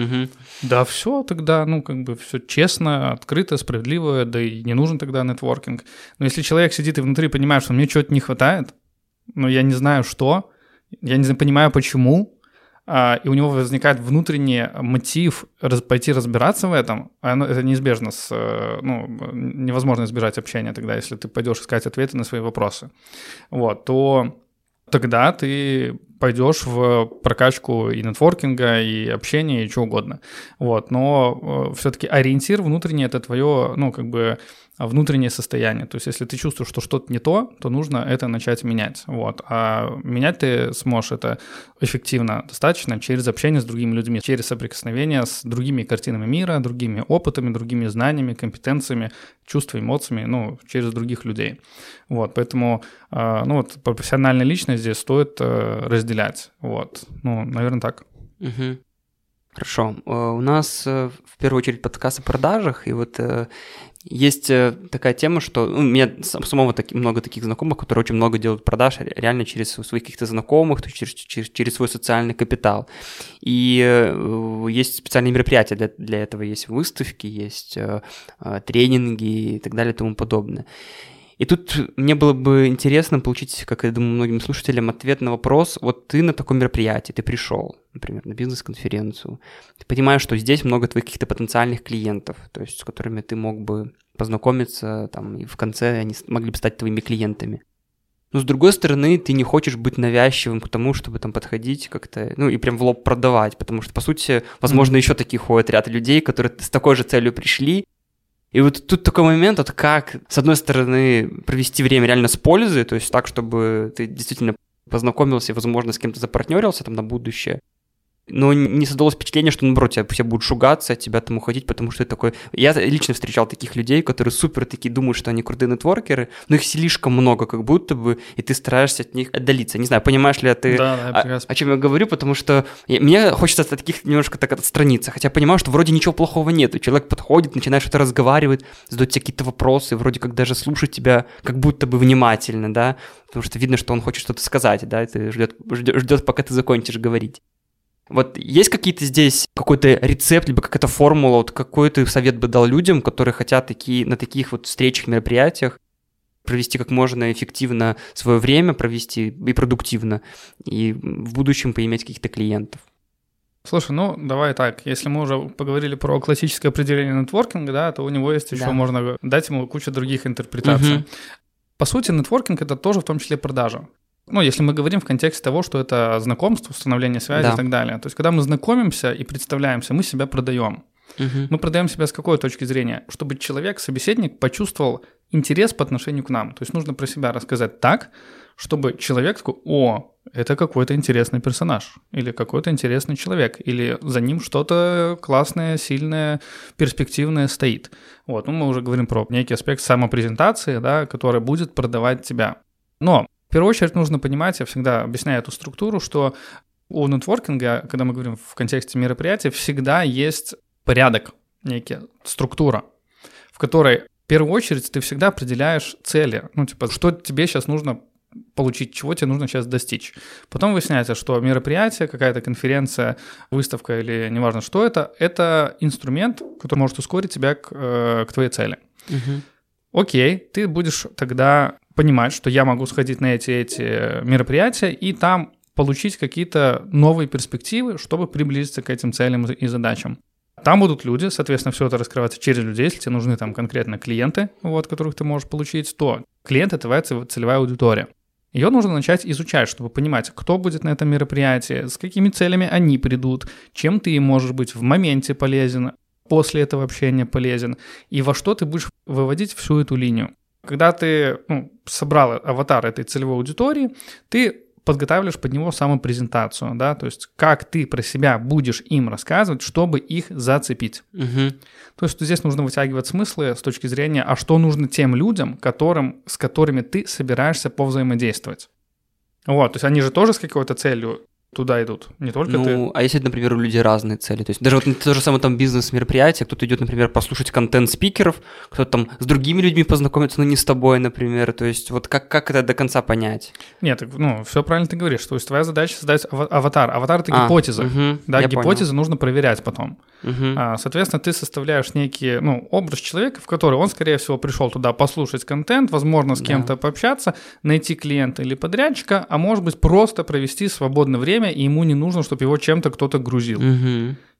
Да, все тогда, ну, как бы все честно, открыто, справедливо, да и не нужен тогда нетворкинг. Но если человек сидит и внутри понимает, что мне чего-то не хватает, но я не знаю что, я не понимаю почему, и у него возникает внутренний мотив пойти разбираться в этом, а это неизбежно, с, ну, невозможно избежать общения тогда, если ты пойдешь искать ответы на свои вопросы, вот, то тогда ты пойдешь в прокачку и нетворкинга, и общения, и чего угодно. Вот. Но э, все-таки ориентир внутренний — это твое, ну, как бы внутреннее состояние. То есть если ты чувствуешь, что что-то не то, то нужно это начать менять. Вот. А менять ты сможешь это эффективно достаточно через общение с другими людьми, через соприкосновение с другими картинами мира, другими опытами, другими знаниями, компетенциями, чувствами, эмоциями, ну, через других людей. Вот. Поэтому, э, ну, вот профессиональная личность здесь стоит э, разделять. Вот. Ну, наверное, так. Угу. Хорошо. У нас в первую очередь подкаст о продажах, и вот есть такая тема, что ну, у меня самого таки, много таких знакомых, которые очень много делают продаж реально через своих каких-то знакомых, то есть через, через, через свой социальный капитал. И есть специальные мероприятия для, для этого, есть выставки, есть тренинги и так далее и тому подобное. И тут мне было бы интересно получить, как я думаю, многим слушателям, ответ на вопрос. Вот ты на таком мероприятии, ты пришел, например, на бизнес-конференцию, ты понимаешь, что здесь много твоих каких-то потенциальных клиентов, то есть с которыми ты мог бы познакомиться, там, и в конце они могли бы стать твоими клиентами. Но с другой стороны, ты не хочешь быть навязчивым к тому, чтобы там подходить как-то, ну и прям в лоб продавать, потому что, по сути, возможно, mm-hmm. еще такие ходят ряд людей, которые с такой же целью пришли. И вот тут такой момент, вот как, с одной стороны, провести время реально с пользой, то есть так, чтобы ты действительно познакомился и, возможно, с кем-то запартнерился там на будущее, но не создалось впечатление, что, наоборот, тебя все будут шугаться, от тебя там уходить, потому что ты такой... Я лично встречал таких людей, которые супер такие думают, что они крутые нетворкеры, но их слишком много как будто бы, и ты стараешься от них отдалиться. Не знаю, понимаешь ли ты, да, да, о, о чем я говорю, потому что я, мне хочется от таких немножко так отстраниться, хотя я понимаю, что вроде ничего плохого нет, человек подходит, начинает что-то разговаривать, задает тебе какие-то вопросы, вроде как даже слушать тебя как будто бы внимательно, да, потому что видно, что он хочет что-то сказать, да, и ты ждет, ждет, ждет, пока ты закончишь говорить. Вот есть какие-то здесь какой-то рецепт, либо какая-то формула, вот какой ты совет бы дал людям, которые хотят такие, на таких вот встречах, мероприятиях провести как можно эффективно свое время, провести и продуктивно, и в будущем поиметь каких-то клиентов? Слушай, ну давай так, если мы уже поговорили про классическое определение нетворкинга, да, то у него есть еще, да. можно дать ему кучу других интерпретаций. Угу. По сути, нетворкинг — это тоже в том числе продажа. Ну, если мы говорим в контексте того, что это знакомство, установление связи да. и так далее. То есть, когда мы знакомимся и представляемся, мы себя продаем. Угу. Мы продаем себя с какой точки зрения? Чтобы человек, собеседник, почувствовал интерес по отношению к нам. То есть, нужно про себя рассказать так, чтобы человек такой: о, это какой-то интересный персонаж, или какой-то интересный человек, или за ним что-то классное, сильное, перспективное стоит. Вот, ну, мы уже говорим про некий аспект самопрезентации, да, который будет продавать тебя. Но в первую очередь нужно понимать, я всегда объясняю эту структуру, что у нетворкинга, когда мы говорим в контексте мероприятия, всегда есть порядок, некий, структура, в которой в первую очередь ты всегда определяешь цели, ну типа, что тебе сейчас нужно получить, чего тебе нужно сейчас достичь. Потом выясняется, что мероприятие, какая-то конференция, выставка или неважно что это, это инструмент, который может ускорить тебя к, к твоей цели. Угу. Окей, ты будешь тогда понимать, что я могу сходить на эти, эти мероприятия и там получить какие-то новые перспективы, чтобы приблизиться к этим целям и задачам. Там будут люди, соответственно, все это раскрывается через людей. Если тебе нужны там конкретно клиенты, вот, которых ты можешь получить, то клиент — это твоя целевая аудитория. Ее нужно начать изучать, чтобы понимать, кто будет на этом мероприятии, с какими целями они придут, чем ты можешь быть в моменте полезен, после этого общения полезен, и во что ты будешь выводить всю эту линию. Когда ты ну, собрал аватар этой целевой аудитории, ты подготавливаешь под него самопрезентацию, да, то есть как ты про себя будешь им рассказывать, чтобы их зацепить. Угу. То есть здесь нужно вытягивать смыслы с точки зрения, а что нужно тем людям, которым, с которыми ты собираешься повзаимодействовать. Вот, то есть они же тоже с какой-то целью туда идут, не только ну, ты. Ну, а если, например, у людей разные цели? То есть даже вот то же самое там бизнес-мероприятие, кто-то идет, например, послушать контент спикеров, кто-то там с другими людьми познакомиться, но не с тобой, например. То есть вот как, как это до конца понять? Нет, ну, все правильно ты говоришь. То есть твоя задача создать аватар. Аватар — это а, гипотеза. Угу, да, гипотезы понял. Нужно проверять потом. Угу. А, соответственно, ты составляешь некий ну, образ человека, в который он, скорее всего, пришел туда послушать контент, возможно, с да. кем-то пообщаться, найти клиента или подрядчика, а может быть, просто провести свободное время, и ему не нужно, чтобы его чем-то кто-то грузил. Угу.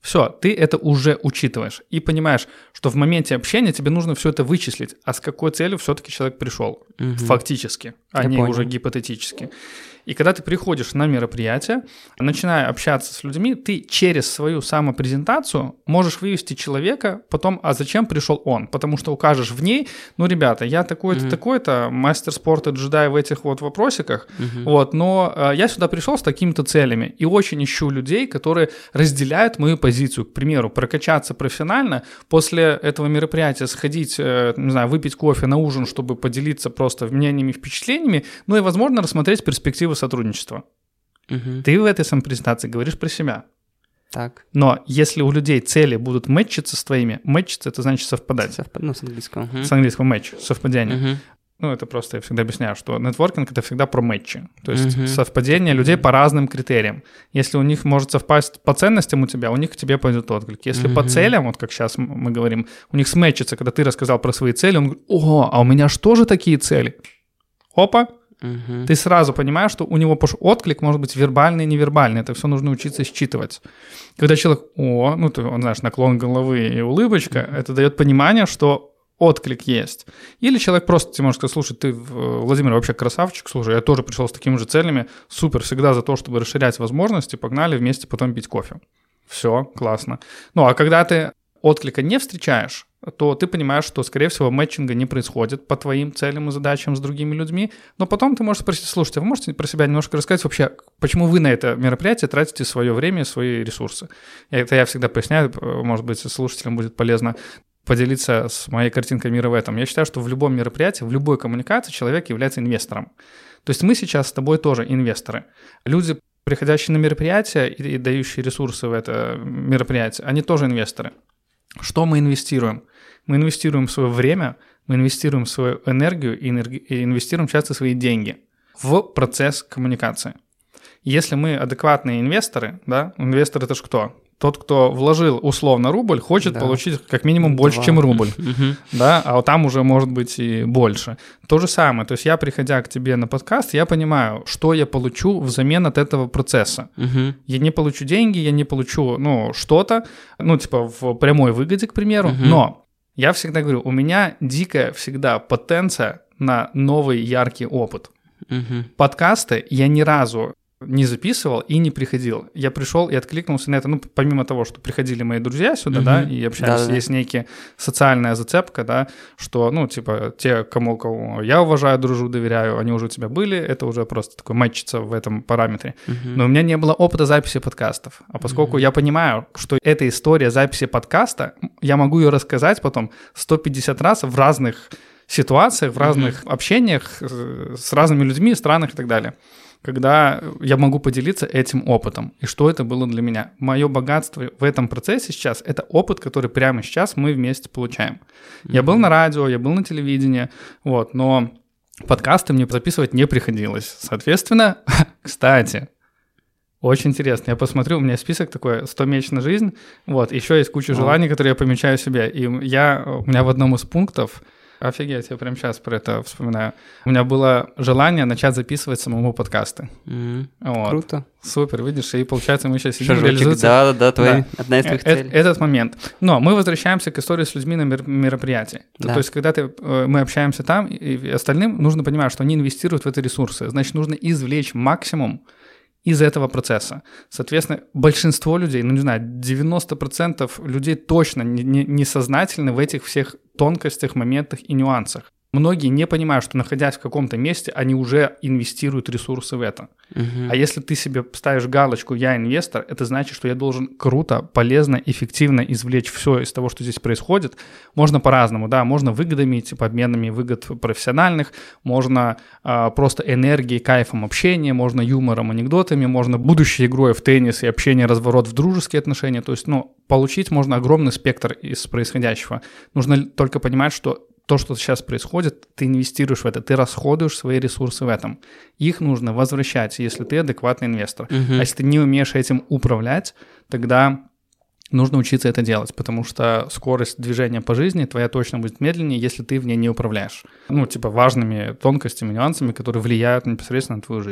Все, ты это уже учитываешь и понимаешь, что в моменте общения тебе нужно все это вычислить, а с какой целью все-таки человек пришел, угу. фактически, а Я не понял. Уже гипотетически. И когда ты приходишь на мероприятие, начиная общаться с людьми, ты через свою самопрезентацию можешь вывести человека потом, а зачем пришел он? Потому что укажешь в ней, ну, ребята, я такой-то, mm-hmm. такой-то, мастер спорта, джедай в этих вот вопросиках, mm-hmm. вот, но э, я сюда пришел с такими-то целями и очень ищу людей, которые разделяют мою позицию. К примеру, прокачаться профессионально, после этого мероприятия сходить, э, не знаю, выпить кофе на ужин, чтобы поделиться просто мнениями, впечатлениями, ну и, возможно, рассмотреть перспективы сотрудничества. Угу. Ты в этой самопрезентации говоришь про себя. Так. Но если у людей цели будут мэтчиться с твоими, мэтчиться — это значит совпадать. Совпад... Ну, с английского. Угу. С английского матч, совпадение. Угу. Ну, это просто я всегда объясняю, что нетворкинг — это всегда про мэтчи. То есть угу. совпадение людей по разным критериям. Если у них может совпасть по ценностям у тебя, у них к тебе пойдет отклик. Если угу. по целям, вот как сейчас мы говорим, у них смэтчится, когда ты рассказал про свои цели, он говорит: о, а у меня же тоже такие цели. Опа! Угу. Ты сразу понимаешь, что у него отклик может быть вербальный и невербальный. Это все нужно учиться считывать. Когда человек, о, ну ты, он, знаешь, наклон головы и улыбочка, mm-hmm. это дает понимание, что отклик есть. Или человек просто тебе может сказать: слушай, ты, Владимир, вообще красавчик, слушай, я тоже пришел с такими же целями, супер, всегда за то, чтобы расширять возможности, погнали вместе потом пить кофе. Все, классно. Ну, а когда ты отклика не встречаешь, то ты понимаешь, что, скорее всего, мэтчинга не происходит по твоим целям и задачам с другими людьми, но потом ты можешь спросить: слушайте, вы можете про себя немножко рассказать вообще, почему вы на это мероприятие тратите свое время и свои ресурсы? Это я всегда поясняю, может быть, слушателям будет полезно поделиться с моей картинкой мира в этом. Я считаю, что в любом мероприятии, в любой коммуникации человек является инвестором. То есть мы сейчас с тобой тоже инвесторы. Люди, приходящие на мероприятие и, и дающие ресурсы в это мероприятие, они тоже инвесторы. Что мы инвестируем? Мы инвестируем в свое время, мы инвестируем в свою энергию и, энерги... и инвестируем часто свои деньги в процесс коммуникации. Если мы адекватные инвесторы, да, инвестор — это же кто? Тот, кто вложил условно рубль, хочет да. получить как минимум больше, Два. чем рубль, да, а там уже может быть и больше. То же самое, то есть я, приходя к тебе на подкаст, я понимаю, что я получу взамен от этого процесса. Я не получу деньги, я не получу, ну, что-то, ну, типа в прямой выгоде, к примеру, но я всегда говорю, у меня дикая всегда потенция на новый яркий опыт. Подкасты я ни разу не записывал и не приходил. Я пришел и откликнулся на это, ну, помимо того, что приходили мои друзья сюда, mm-hmm. да, и общались, да, да, есть некая социальная зацепка, да, что, ну, типа, те, кому, кого я уважаю, дружу, доверяю, они уже у тебя были, это уже просто такой мэтчится в этом параметре. Mm-hmm. Но у меня не было опыта записи подкастов, а поскольку mm-hmm. я понимаю, что эта история записи подкаста, я могу ее рассказать потом сто пятьдесят раз в разных ситуациях, в разных mm-hmm. общениях с разными людьми, странах и так далее, когда я могу поделиться этим опытом. И что это было для меня? Мое богатство в этом процессе сейчас — это опыт, который прямо сейчас мы вместе получаем. Mm-hmm. Я был на радио, я был на телевидении, вот, но подкасты мне записывать не приходилось. Соответственно, кстати, очень интересно. Я посмотрю, у меня список такой: сто меч на жизнь, вот, еще есть куча желаний, которые я помечаю себе. И я, у меня в одном из пунктов, офигеть, я прямо сейчас про это вспоминаю. У меня было желание начать записывать самому подкасты. Mm-hmm. Вот. Круто. Супер, видишь, и получается мы сейчас сидим, Шажочек, реализуется... да, да, твои, да. одна из твоих э- целей. Этот момент. Но мы возвращаемся к истории с людьми на мер- мероприятии. Да. То есть когда ты, мы общаемся там, и остальным нужно понимать, что они инвестируют в эти ресурсы. Значит, нужно извлечь максимум из этого процесса. Соответственно, большинство людей, ну не знаю, девяносто процентов людей точно не, не, не сознательны в этих всех тонкостях, моментах и нюансах. Многие не понимают, что, находясь в каком-то месте, они уже инвестируют ресурсы в это. Uh-huh. А если ты себе ставишь галочку «я инвестор», это значит, что я должен круто, полезно, эффективно извлечь все из того, что здесь происходит. Можно по-разному, да, можно выгодами, типа обменами выгод профессиональных, можно э, просто энергией, кайфом общения, можно юмором, анекдотами, можно будущей игрой в теннис и общение, разворот в дружеские отношения. То есть, ну, получить можно огромный спектр из происходящего. Нужно только понимать, что то, что сейчас происходит, ты инвестируешь в это, ты расходуешь свои ресурсы в этом. Их нужно возвращать, если ты адекватный инвестор. Uh-huh. А если ты не умеешь этим управлять, тогда нужно учиться это делать, потому что скорость движения по жизни твоя точно будет медленнее, если ты в ней не управляешь. Ну, типа важными тонкостями, нюансами, которые влияют непосредственно на твою жизнь.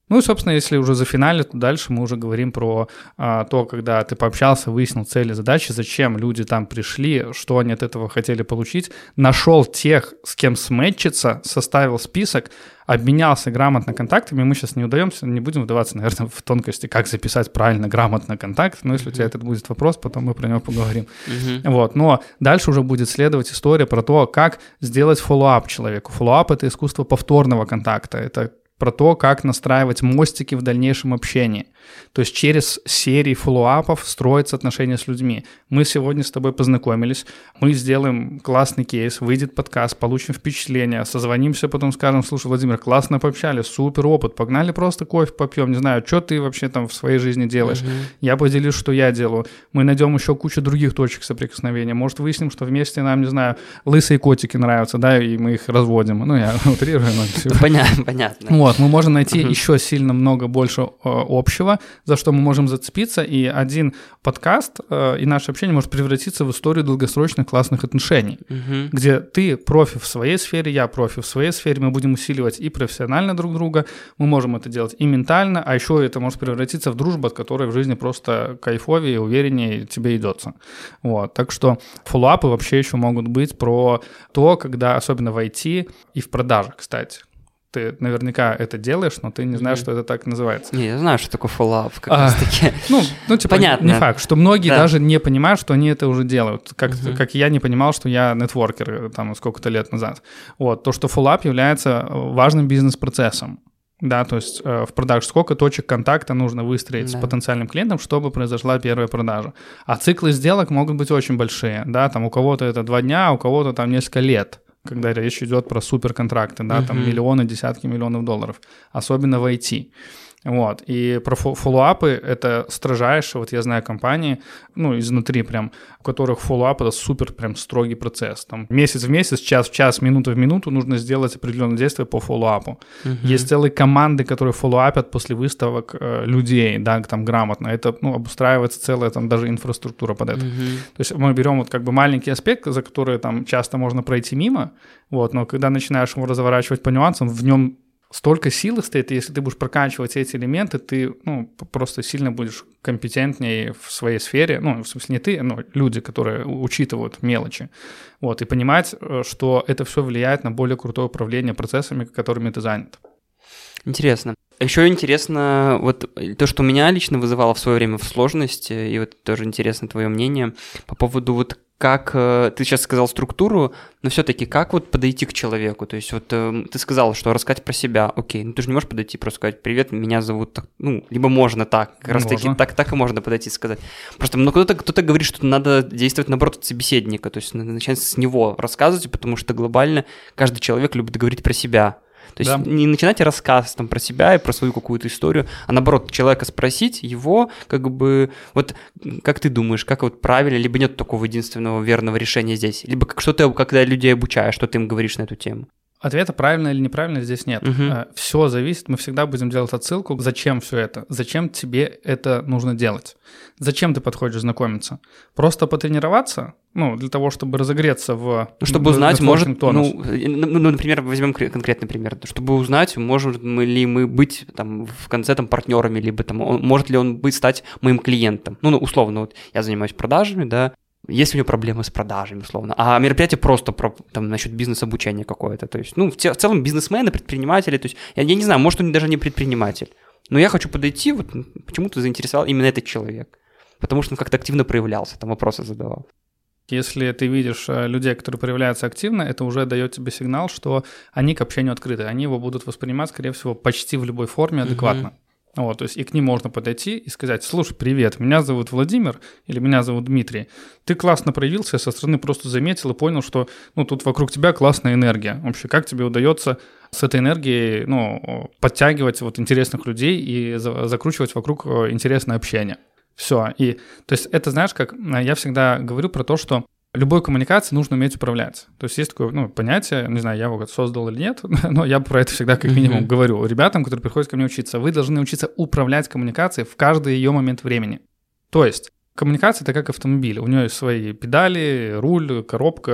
Ну и, собственно, если уже зафиналить, то дальше мы уже говорим про а, то, когда ты пообщался, выяснил цели, задачи, зачем люди там пришли, что они от этого хотели получить, нашел тех, с кем сметчиться, составил список, обменялся грамотно контактами. Мы сейчас не удаемся, не будем вдаваться, наверное, в тонкости, как записать правильно, грамотно контакт. Но если mm-hmm. у тебя этот будет вопрос, потом мы про него поговорим. Mm-hmm. Вот. Но дальше уже будет следовать история про то, как сделать фоллоуап человеку. Фоллоуап — это искусство повторного контакта. Это про то, как настраивать мостики в дальнейшем общении. То есть через серии фоллоуапов строятся отношения с людьми. Мы сегодня с тобой познакомились, мы сделаем классный кейс, выйдет подкаст, получим впечатление, созвонимся, потом скажем: слушай, Владимир, классно пообщались, супер опыт, погнали просто кофе попьем, не знаю, что ты вообще там в своей жизни делаешь. Uh-huh. Я поделюсь, что я делаю. Мы найдем еще кучу других точек соприкосновения. Может, выясним, что вместе нам, не знаю, лысые котики нравятся, да, и мы их разводим. Ну, я утрирую. Понятно, понятно. Вот, мы можем найти uh-huh. еще сильно много больше э, общего, за что мы можем зацепиться, и один подкаст э, и наше общение может превратиться в историю долгосрочных классных отношений, uh-huh. где ты профи в своей сфере, я профи в своей сфере, мы будем усиливать и профессионально друг друга, мы можем это делать и ментально, а еще это может превратиться в дружбу, от которой в жизни просто кайфовее, увереннее тебе идется. Вот. Так что фоллоуапы вообще еще могут быть про то, когда, особенно в ай ти и в продажах, кстати, ты наверняка это делаешь, но ты не знаешь, mm-hmm. что это так называется. Не, я знаю, что такое фоллоуап, как раз таки. Ну, ну, типа, понятно. Не факт, что многие да. даже не понимают, что они это уже делают, как, mm-hmm. как я не понимал, что я нетворкер там сколько-то лет назад. Вот, то, что фоллоуап является важным бизнес-процессом. Да, то есть э, в продаже сколько точек контакта нужно выстроить да. с потенциальным клиентом, чтобы произошла первая продажа. А циклы сделок могут быть очень большие, да, там у кого-то это два дня, а у кого-то там несколько лет, когда речь идет про суперконтракты, да, uh-huh. там миллионы, десятки миллионов долларов, особенно в ай ти. Вот, и про фоллоуапы — это строжайшие, вот я знаю компании, ну, изнутри прям, у которых фоллоуап — это супер прям строгий процесс. Там месяц в месяц, час в час, минута в минуту нужно сделать определенные действия по фоллоуапу. Uh-huh. Есть целые команды, которые фоллоуапят после выставок э, людей, да, там грамотно. Это, ну, обустраивается целая там даже инфраструктура под это. Uh-huh. То есть мы берем вот как бы маленький аспект, за который там часто можно пройти мимо, вот, но когда начинаешь его разворачивать по нюансам, в нем столько силы стоит, и если ты будешь прокачивать эти элементы, ты, ну, просто сильно будешь компетентнее в своей сфере, ну, в смысле не ты, но люди, которые учитывают мелочи, вот, и понимать, что это все влияет на более крутое управление процессами, которыми ты занят. Интересно. Еще интересно, вот то, что меня лично вызывало в свое время в сложность, и вот тоже интересно твое мнение по поводу вот как, ты сейчас сказал структуру, но все-таки как вот подойти к человеку, то есть вот ты сказал, что рассказать про себя, окей, ну ты же не можешь подойти просто сказать: привет, меня зовут так, ну, либо можно так, как раз таки так, так и можно подойти и сказать. Просто ну, кто-то, кто-то говорит, что надо действовать наоборот от собеседника, то есть начать с него рассказывать, потому что глобально каждый человек любит говорить про себя. То есть да. не начинайте рассказ там про себя и про свою какую-то историю, а наоборот, человека спросить его, как бы, вот как ты думаешь, как вот правильно, либо нет такого единственного верного решения здесь, либо как, что ты, когда людей обучаешь, что ты им говоришь на эту тему? Ответа правильно или неправильно здесь нет. Uh-huh. Все зависит, мы всегда будем делать отсылку, зачем все это, зачем тебе это нужно делать, зачем ты подходишь знакомиться. Просто потренироваться, ну, для того, чтобы разогреться в... Ну, чтобы узнать, может, ну, ну, например, возьмем конкретный пример, чтобы узнать, можем ли мы быть там в конце там партнерами, либо там, он, может ли он быть, стать моим клиентом. Ну, условно, вот я занимаюсь продажами, да, есть у него проблемы с продажами, условно, а мероприятие просто про, там, насчет бизнес-обучения какое-то, то есть, ну, в, те, в целом бизнесмены, предприниматели, то есть, я, я не знаю, может, он даже не предприниматель, но я хочу подойти, вот почему-то заинтересовал именно этот человек, потому что он как-то активно проявлялся, там вопросы задавал. Если ты видишь людей, которые проявляются активно, это уже дает тебе сигнал, что они к общению открыты, они его будут воспринимать, скорее всего, почти в любой форме адекватно. Uh-huh. Вот, то есть и к ним можно подойти и сказать: слушай, привет, меня зовут Владимир или меня зовут Дмитрий. Ты классно проявился, я со стороны просто заметил и понял, что ну, тут вокруг тебя классная энергия. Вообще, как тебе удается с этой энергией ну, подтягивать вот интересных людей и за- закручивать вокруг интересное общение? Все. И то есть это, знаешь, как я всегда говорю про то, что любой коммуникацией нужно уметь управлять. То есть есть такое ну, понятие, не знаю, я его создал или нет, но я про это всегда как минимум mm-hmm. говорю ребятам, которые приходят ко мне учиться. Вы должны учиться управлять коммуникацией в каждый ее момент времени. То есть коммуникация — это как автомобиль. У нее есть свои педали, руль, коробка,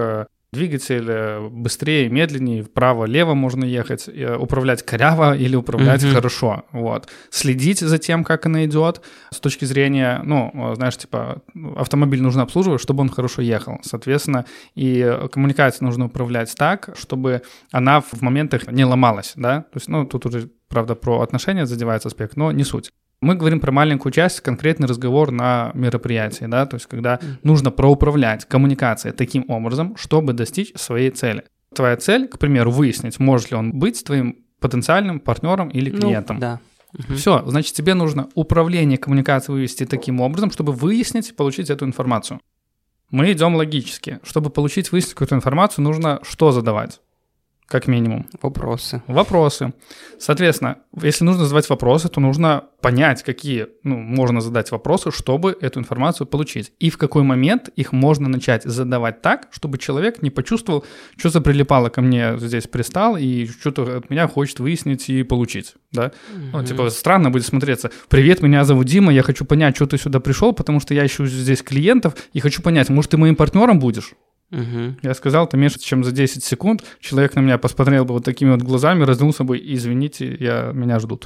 двигатель быстрее, медленнее, вправо-лево можно ехать, управлять коряво или управлять mm-hmm. хорошо. Вот. Следить за тем, как она идет с точки зрения, ну, знаешь, типа, автомобиль нужно обслуживать, чтобы он хорошо ехал. Соответственно, и коммуникацией нужно управлять так, чтобы она в моментах не ломалась, да. То есть, ну, тут уже, правда, про отношения задевается аспект, но не суть. Мы говорим про маленькую часть, конкретный разговор на мероприятии, да, то есть когда mm. нужно проуправлять коммуникацией таким образом, чтобы достичь своей цели. Твоя цель, к примеру, выяснить, может ли он быть твоим потенциальным партнером или клиентом. Ну, да. Угу. Все, значит, тебе нужно управление коммуникацией вывести таким образом, чтобы выяснить и получить эту информацию. Мы идем логически. Чтобы получить, выяснить какую-то информацию, нужно что задавать? Как минимум. Вопросы. Вопросы. Соответственно, если нужно задавать вопросы, то нужно понять, какие, ну, можно задать вопросы, чтобы эту информацию получить. И в какой момент их можно начать задавать так, чтобы человек не почувствовал, что за прилипало ко мне здесь пристал, и что-то от меня хочет выяснить и получить. Да? Mm-hmm. Ну, типа, странно будет смотреться. «Привет, меня зовут Дима, я хочу понять, что ты сюда пришел, потому что я ищу здесь клиентов, и хочу понять, может, ты моим партнером будешь?» Угу. Я сказал, это меньше, чем за десять секунд. Человек на меня посмотрел бы вот такими вот глазами, развернулся бы, извините, я, меня ждут.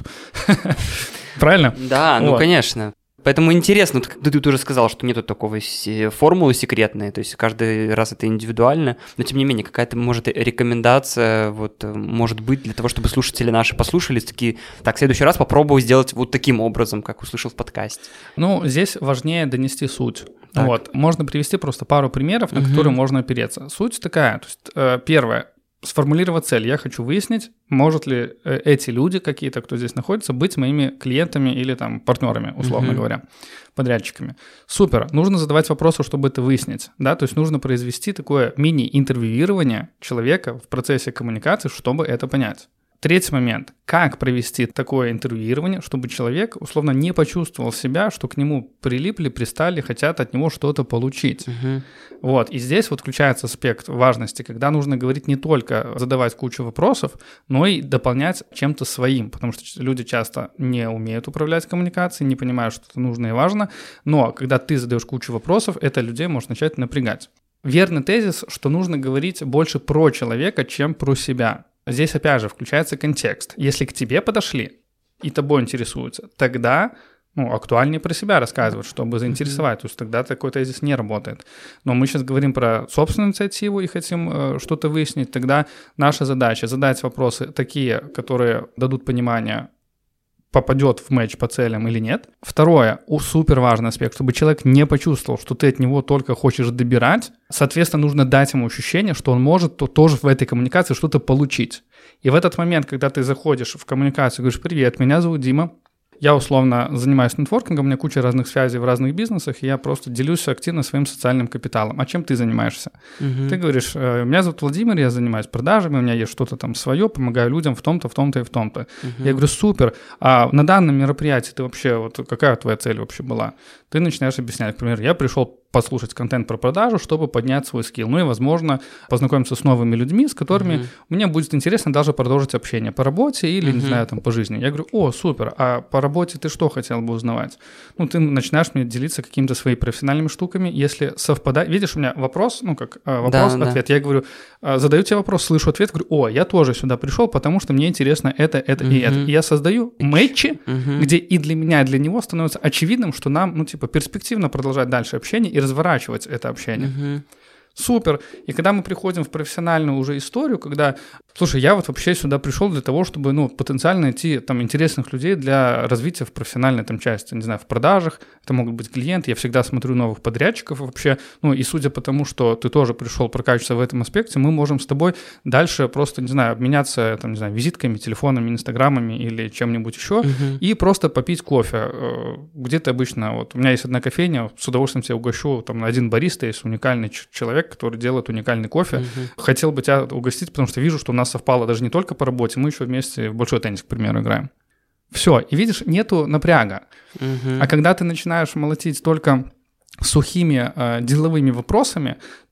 Правильно? Да, ну конечно. Поэтому интересно, ты тут уже сказал, что нету такого формулы секретной, то есть каждый раз это индивидуально, но тем не менее какая-то, может, рекомендация вот, может быть для того, чтобы слушатели наши послушались, такие, так, в следующий раз попробую сделать вот таким образом, как услышал в подкасте. Ну, здесь важнее донести суть. Вот. Можно привести просто пару примеров, на угу. которые можно опереться. Суть такая, то есть э, первое, сформулировать цель. Я хочу выяснить, может ли эти люди какие-то, кто здесь находится, быть моими клиентами или там партнерами, условно mm-hmm. говоря, подрядчиками. Супер. Нужно задавать вопросы, чтобы это выяснить. Да? То есть нужно произвести такое мини-интервьюирование человека в процессе коммуникации, чтобы это понять. Третий момент. Как провести такое интервьюирование, чтобы человек, условно, не почувствовал себя, что к нему прилипли, пристали, хотят от него что-то получить. Uh-huh. Вот. И здесь вот включается аспект важности, когда нужно говорить не только задавать кучу вопросов, но и дополнять чем-то своим, потому что люди часто не умеют управлять коммуникацией, не понимают, что это нужно и важно, но когда ты задаешь кучу вопросов, это людей может начать напрягать. Верный тезис, что нужно говорить больше про человека, чем про себя. Здесь, опять же, включается контекст. Если к тебе подошли и тобой интересуются, тогда ну, актуальнее про себя рассказывать, чтобы заинтересовать. То есть тогда такой тезис не работает. Но мы сейчас говорим про собственную инициативу и хотим э, что-то выяснить. Тогда наша задача задать вопросы такие, которые дадут понимание, попадет в матч по целям или нет. Второе, супер важный аспект, чтобы человек не почувствовал, что ты от него только хочешь добирать. Соответственно, нужно дать ему ощущение, что он может то, тоже в этой коммуникации что-то получить. И в этот момент, когда ты заходишь в коммуникацию, говоришь: «Привет, меня зовут Дима, я условно занимаюсь нетворкингом, у меня куча разных связей в разных бизнесах, и я просто делюсь активно своим социальным капиталом. А чем ты занимаешься?» Uh-huh. Ты говоришь: «Меня зовут Владимир, я занимаюсь продажами, у меня есть что-то там свое, помогаю людям в том-то, в том-то и в том-то». Uh-huh. Я говорю: «Супер, а на данном мероприятии ты вообще, вот какая твоя цель вообще была?» Ты начинаешь объяснять, например: «Я пришел послушать контент про продажу, чтобы поднять свой скилл. Ну и, возможно, познакомиться с новыми людьми, с которыми uh-huh. мне будет интересно даже продолжить общение по работе или, uh-huh. не знаю, там, по жизни». Я говорю: «О, супер, а по работе ты что хотел бы узнавать?» Ну, ты начинаешь мне делиться какими-то своими профессиональными штуками, если совпадает. Видишь, у меня вопрос, ну, как вопрос-ответ. Да, да. Я говорю, задаю тебе вопрос, слышу ответ, говорю: «О, я тоже сюда пришел, потому что мне интересно это, это uh-huh. и это». И я создаю мэтчи, uh-huh. где и для меня, и для него становится очевидным, что нам, ну, типа, перспективно продолжать дальше общение и разворачивать это общение. Uh-huh. Супер. И когда мы приходим в профессиональную уже историю, когда, слушай, я вот вообще сюда пришел для того, чтобы, ну, потенциально найти там интересных людей для развития в профессиональной там части, не знаю, в продажах, это могут быть клиенты, я всегда смотрю новых подрядчиков вообще, ну, и судя по тому, что ты тоже пришел прокачиваться в этом аспекте, мы можем с тобой дальше просто, не знаю, обменяться, там, не знаю, визитками, телефонами, инстаграмами или чем-нибудь еще, uh-huh. и просто попить кофе. Где ты обычно, вот, у меня есть одна кофейня, с удовольствием тебя угощу, там, один бариста есть, уникальный человек, который делает уникальный кофе. Uh-huh. Хотел бы тебя угостить, потому что вижу, что у нас совпало даже не только по работе, мы еще вместе в большой теннис, к примеру, играем. Все, и видишь, нету напряга. Uh-huh. А когда ты начинаешь молотить только сухими э, деловыми вопросами,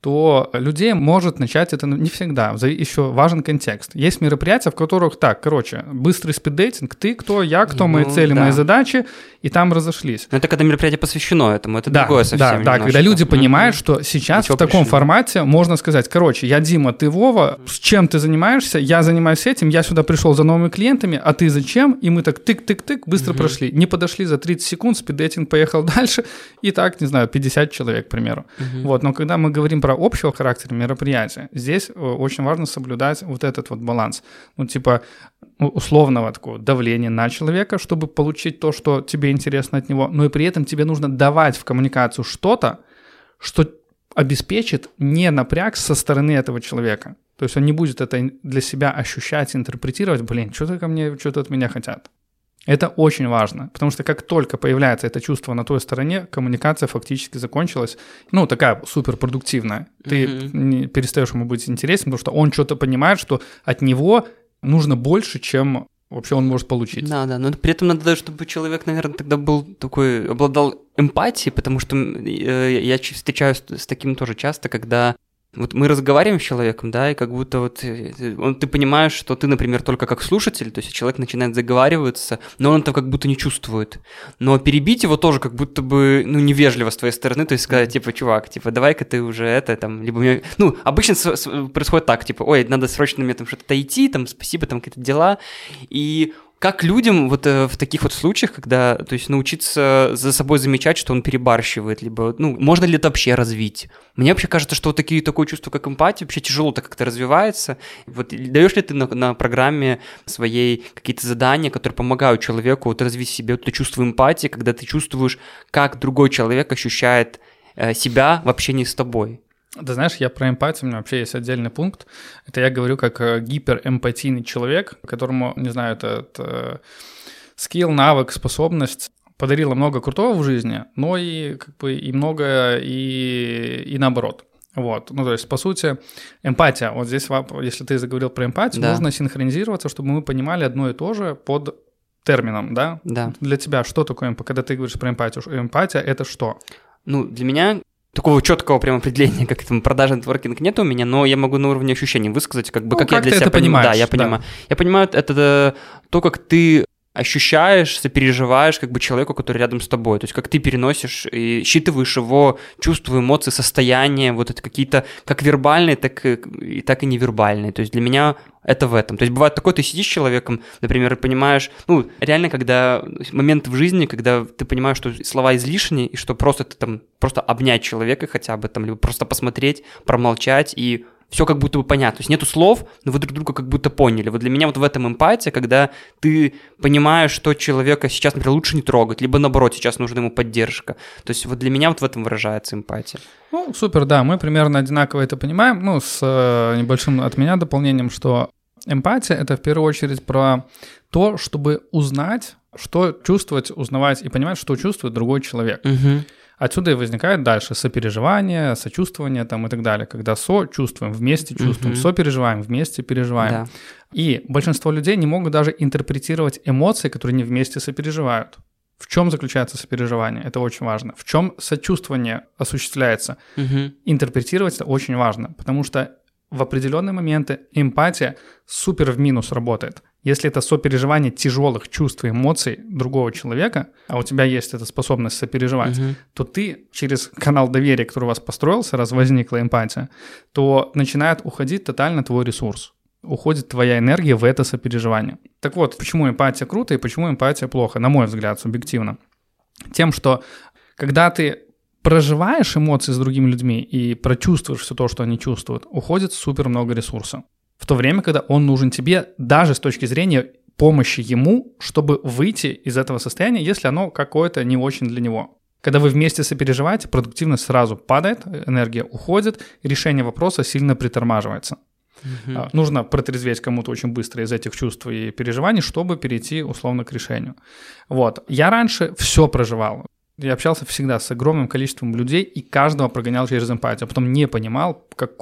то людей может начать это не всегда. Еще важен контекст. Есть мероприятия, в которых так, короче, быстрый спиддейтинг, ты кто, я кто, мои ну, цели, да. мои задачи, и там разошлись. Но это когда мероприятие посвящено этому, это да, другое совсем. Да, немножко. да, когда люди понимают, mm-hmm. что сейчас Ничего в таком пришли. формате можно сказать, короче, я Дима, ты Вова, с чем ты занимаешься, я занимаюсь этим, я сюда пришел за новыми клиентами, а ты зачем? И мы так тык-тык-тык быстро mm-hmm. прошли. Не подошли за тридцать секунд, спиддейтинг поехал дальше, и так, не знаю, пятьдесят человек, к примеру. Mm-hmm. Вот, но когда мы говорим про общего характера мероприятия, здесь очень важно соблюдать вот этот вот баланс. Ну, типа, условного такого давления на человека, чтобы получить то, что тебе интересно от него, но и при этом тебе нужно давать в коммуникацию что-то, что обеспечит не напряг со стороны этого человека. То есть он не будет это для себя ощущать, интерпретировать, блин, что-то ко мне, что-то от меня хотят. Это очень важно, потому что как только появляется это чувство на той стороне, коммуникация фактически закончилась, ну, такая суперпродуктивная. Ты mm-hmm. не перестаешь ему быть интересен, потому что он что-то понимает, что от него нужно больше, чем вообще он может получить. Да, да, но при этом надо, чтобы человек, наверное, тогда был такой, обладал эмпатией, потому что э, я встречаюсь с таким тоже часто, когда вот мы разговариваем с человеком, да, и как будто вот он, ты понимаешь, что ты, например, только как слушатель, то есть человек начинает заговариваться, но он это как будто не чувствует. Но перебить его тоже как будто бы, ну, невежливо с твоей стороны, то есть сказать, типа, чувак, типа, давай-ка ты уже это, там, либо... Мне... Ну, обычно с- с- происходит так, типа, ой, надо срочно мне там что-то идти, там, спасибо, там, какие-то дела, и... Как людям вот э, в таких вот случаях, когда, то есть научиться за собой замечать, что он перебарщивает, либо, ну, можно ли это вообще развить? Мне вообще кажется, что вот такие, такое чувство, как эмпатия, вообще тяжело так как-то развивается. Вот даешь ли ты на, на программе своей какие-то задания, которые помогают человеку вот развить в себе вот это чувство эмпатии, когда ты чувствуешь, как другой человек ощущает э, себя в общении с тобой? Ты знаешь, я про эмпатию, у меня вообще есть отдельный пункт. Это я говорю как гиперэмпатийный человек, которому, не знаю, этот э, скилл, навык, способность подарила много крутого в жизни, но и как бы и много и, и наоборот. Вот, ну то есть, по сути, эмпатия. Вот здесь, если ты заговорил про эмпатию, да. нужно синхронизироваться, чтобы мы понимали одно и то же под термином, да? Да. Для тебя что такое эмпатия? Когда ты говоришь про эмпатию, эмпатия — это что? Ну, для меня... Такого четкого прям определения, как это продажа, нетворкинг нет у меня, но я могу на уровне ощущений высказать, как бы, ну, как, как я для себя понимаю. Да, я понимаю. Да. Я понимаю, это то, как ты ощущаешь, сопереживаешь как бы человеку, который рядом с тобой. То есть как ты переносишь и считываешь его чувства, эмоции, состояния, вот это какие-то как вербальные, так и, так и невербальные. То есть для меня это в этом. То есть бывает такое, ты сидишь с человеком, например, и понимаешь, ну, реально, когда момент в жизни, когда ты понимаешь, что слова излишни, и что просто ты там, просто обнять человека хотя бы там, либо просто посмотреть, промолчать, и все как будто бы понятно. То есть нету слов, но вы друг друга как будто поняли. Вот для меня вот в этом эмпатия, когда ты понимаешь, что человека сейчас, например, лучше не трогать, либо наоборот, сейчас нужна ему поддержка. То есть вот для меня вот в этом выражается эмпатия. Ну, супер, да, мы примерно одинаково это понимаем, ну, с э, небольшим от меня дополнением, что эмпатия — это в первую очередь про то, чтобы узнать, что чувствовать, узнавать и понимать, что чувствует другой человек. Угу. Отсюда и возникает дальше сопереживание, сочувствование там, и так далее, когда сочувствуем, вместе чувствуем, uh-huh. сопереживаем, вместе переживаем. Да. И большинство людей не могут даже интерпретировать эмоции, которые не вместе сопереживают. В чем заключается сопереживание? Это очень важно. В чем сочувствование осуществляется? Uh-huh. Интерпретировать это очень важно, потому что в определенные моменты эмпатия супер в минус работает. Если это сопереживание тяжелых чувств и эмоций другого человека, а у тебя есть эта способность сопереживать, угу. то ты через канал доверия, который у вас построился, раз возникла эмпатия, то начинает уходить тотально твой ресурс. Уходит твоя энергия в это сопереживание. Так вот, почему эмпатия круто и почему эмпатия плохо, на мой взгляд, субъективно? Тем, что когда ты проживаешь эмоции с другими людьми и прочувствуешь все то, что они чувствуют, уходит супер много ресурса. В то время, когда он нужен тебе даже с точки зрения помощи ему, чтобы выйти из этого состояния, если оно какое-то не очень для него. Когда вы вместе сопереживаете, продуктивность сразу падает, энергия уходит, и решение вопроса сильно притормаживается. Uh-huh. Нужно протрезветь кому-то очень быстро из этих чувств и переживаний, чтобы перейти условно к решению. Вот. Я раньше все проживал. Я общался всегда с огромным количеством людей и каждого прогонял через эмпатию. А потом не понимал, какого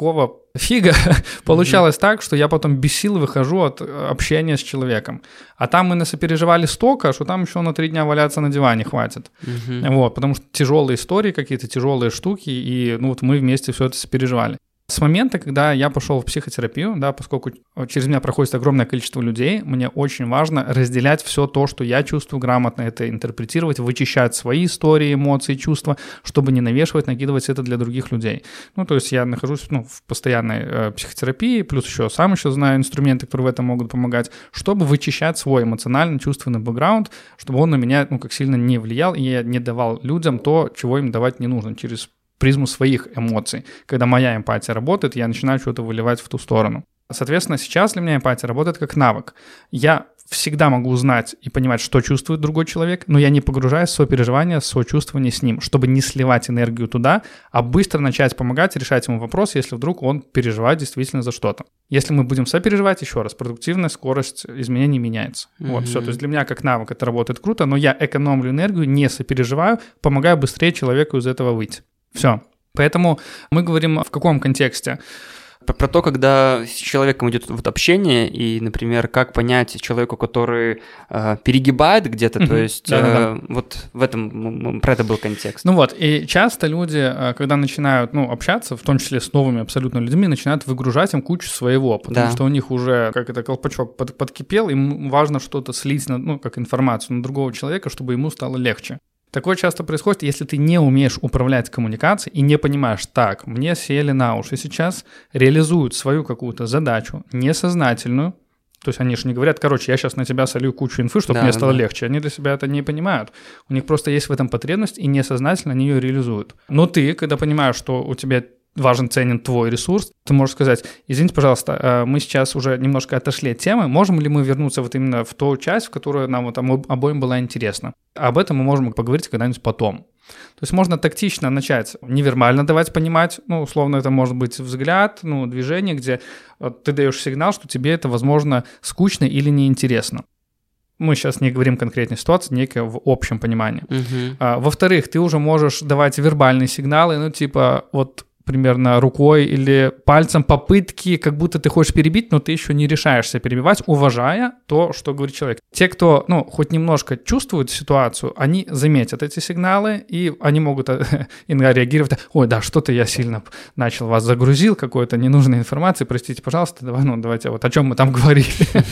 фига, получалось mm-hmm. так, что я потом без сил выхожу от общения с человеком. А там мы насопереживали столько, что там еще на три дня валяться на диване хватит. Mm-hmm. Вот, потому что тяжелые истории какие-то, тяжелые штуки, и ну, вот мы вместе все это сопереживали. С момента, когда я пошел в психотерапию, да, поскольку через меня проходит огромное количество людей, мне очень важно разделять все то, что я чувствую, грамотно это интерпретировать, вычищать свои истории, эмоции, чувства, чтобы не навешивать, накидывать это для других людей. Ну, то есть я нахожусь ну, в постоянной э, психотерапии, плюс еще сам еще знаю инструменты, которые в этом могут помогать, чтобы вычищать свой эмоциональный, чувственный бэкграунд, чтобы он на меня ну, как сильно не влиял, и я не давал людям то, чего им давать не нужно, через призму своих эмоций. Когда моя эмпатия работает, я начинаю что-то выливать в ту сторону. Соответственно, сейчас для меня эмпатия работает как навык. Я всегда могу узнать и понимать, что чувствует другой человек, но я не погружаюсь в сопереживание, сочувствование с ним, чтобы не сливать энергию туда, а быстро начать помогать, решать ему вопрос, если вдруг он переживает действительно за что-то. Если мы будем сопереживать, еще раз, продуктивность, скорость изменений меняется. Mm-hmm. Вот, все. То есть для меня как навык это работает круто, но я экономлю энергию, не сопереживаю, помогаю быстрее человеку из этого выйти. Все. Поэтому мы говорим в каком контексте? Про, про то, когда с человеком идет вот общение, и, например, как понять человеку, который э, перегибает где-то, mm-hmm. то есть э, вот в этом, про это был контекст. Ну вот, и часто люди, когда начинают ну, общаться, в том числе с новыми абсолютно людьми, начинают выгружать им кучу своего, потому да. что у них уже, как это, колпачок под, подкипел, им важно что-то слить, на, ну, как информацию на другого человека, чтобы ему стало легче. Такое часто происходит, если ты не умеешь управлять коммуникацией и не понимаешь, так, мне сели на уши сейчас, реализуют свою какую-то задачу несознательную, то есть они же не говорят, короче, я сейчас на тебя солью кучу инфы, чтобы да, мне стало да. легче. Они для себя это не понимают. У них просто есть в этом потребность, и несознательно они ее реализуют. Но ты, когда понимаешь, что у тебя важен, ценен твой ресурс, ты можешь сказать, извините, пожалуйста, мы сейчас уже немножко отошли от темы, можем ли мы вернуться вот именно в ту часть, в которую нам вот обоим была интересна? Об этом мы можем поговорить когда-нибудь потом. То есть можно тактично начать невербально давать понимать, ну, условно, это может быть взгляд, ну, движение, где ты даешь сигнал, что тебе это, возможно, скучно или неинтересно. Мы сейчас не говорим конкретной ситуации, некое в общем понимании. Uh-huh. А, во-вторых, ты уже можешь давать вербальные сигналы, ну, типа, вот, примерно рукой или пальцем попытки, как будто ты хочешь перебить, но ты еще не решаешься перебивать, уважая то, что говорит человек. Те, кто, ну, хоть немножко чувствует ситуацию, они заметят эти сигналы, и они могут иногда реагировать, ой, да, что-то я сильно начал вас загрузил, какой-то ненужной информации, простите, пожалуйста, давай, ну, давайте, вот о чем мы там говорили.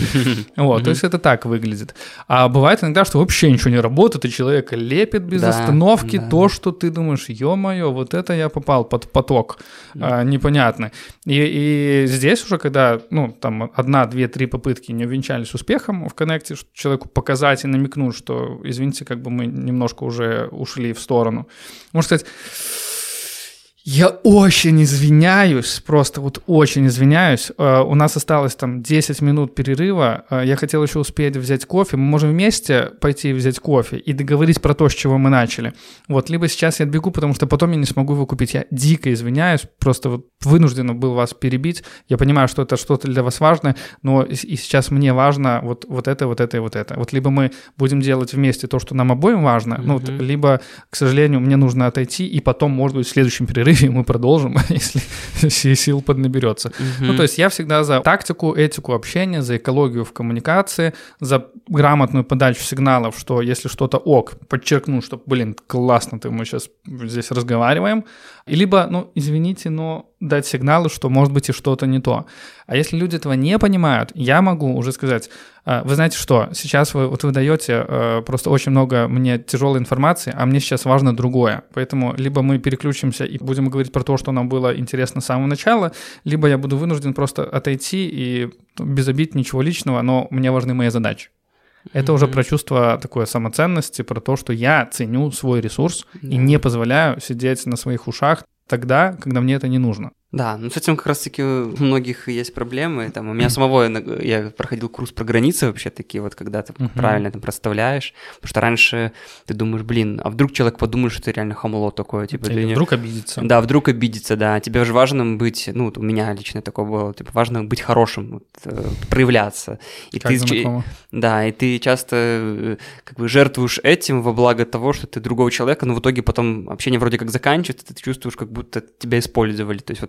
Вот, то есть это так выглядит. А бывает иногда, что вообще ничего не работает, и человек лепит без остановки то, что ты думаешь, ё-моё, вот это я попал под поток. А, непонятно. И, и здесь уже, когда, ну, там, одна, две, три попытки не увенчались успехом в коннекте, человеку показать и намекнуть, что, извините, как бы мы немножко уже ушли в сторону. Можно сказать, я очень извиняюсь, просто вот очень извиняюсь. Uh, у нас осталось там десять минут перерыва. Uh, я хотел еще успеть взять кофе. Мы можем вместе пойти взять кофе и договорить про то, с чего мы начали. Вот, либо сейчас я отбегу, потому что потом я не смогу его купить. Я дико извиняюсь, просто вот вынужден был вас перебить. Я понимаю, что это что-то для вас важное, но и сейчас мне важно вот, вот это, вот это и вот это. Вот либо мы будем делать вместе то, что нам обоим важно, mm-hmm. ну, вот, либо, к сожалению, мне нужно отойти, и потом, может быть, в следующем перерыве мы продолжим, если сил поднаберется. Uh-huh. Ну, то есть я всегда за тактику, этику общения, за экологию в коммуникации, за грамотную подачу сигналов, что если что-то ок, подчеркну, что, блин, классно, ты мы сейчас здесь разговариваем, и либо, ну, извините, но дать сигналы, что может быть и что-то не то. А если люди этого не понимают, я могу уже сказать, вы знаете что, сейчас вы, вот вы даете просто очень много мне тяжелой информации, а мне сейчас важно другое. Поэтому либо мы переключимся и будем говорить про то, что нам было интересно с самого начала, либо я буду вынужден просто отойти и без обид, ничего личного, но мне важны мои задачи. Это mm-hmm. уже про чувство такой самоценности, про то, что я ценю свой ресурс yeah. и не позволяю сидеть на своих ушах тогда, когда мне это не нужно. Да, ну с этим как раз-таки у многих есть проблемы. Там, у меня самого, я проходил курс про границы вообще такие вот, когда ты uh-huh. правильно там проставляешь, потому что раньше ты думаешь, блин, а вдруг человек подумает, что ты реально хамло такое, типа... Или не... вдруг обидится. Да, вдруг обидится, да. Тебе же важно быть, ну, у меня лично такое было, типа, важно быть хорошим, вот, проявляться. И как ты, знакомо. Да, и ты часто как бы жертвуешь этим во благо того, что ты другого человека, но в итоге потом общение вроде как заканчивается, ты чувствуешь, как будто тебя использовали, то есть вот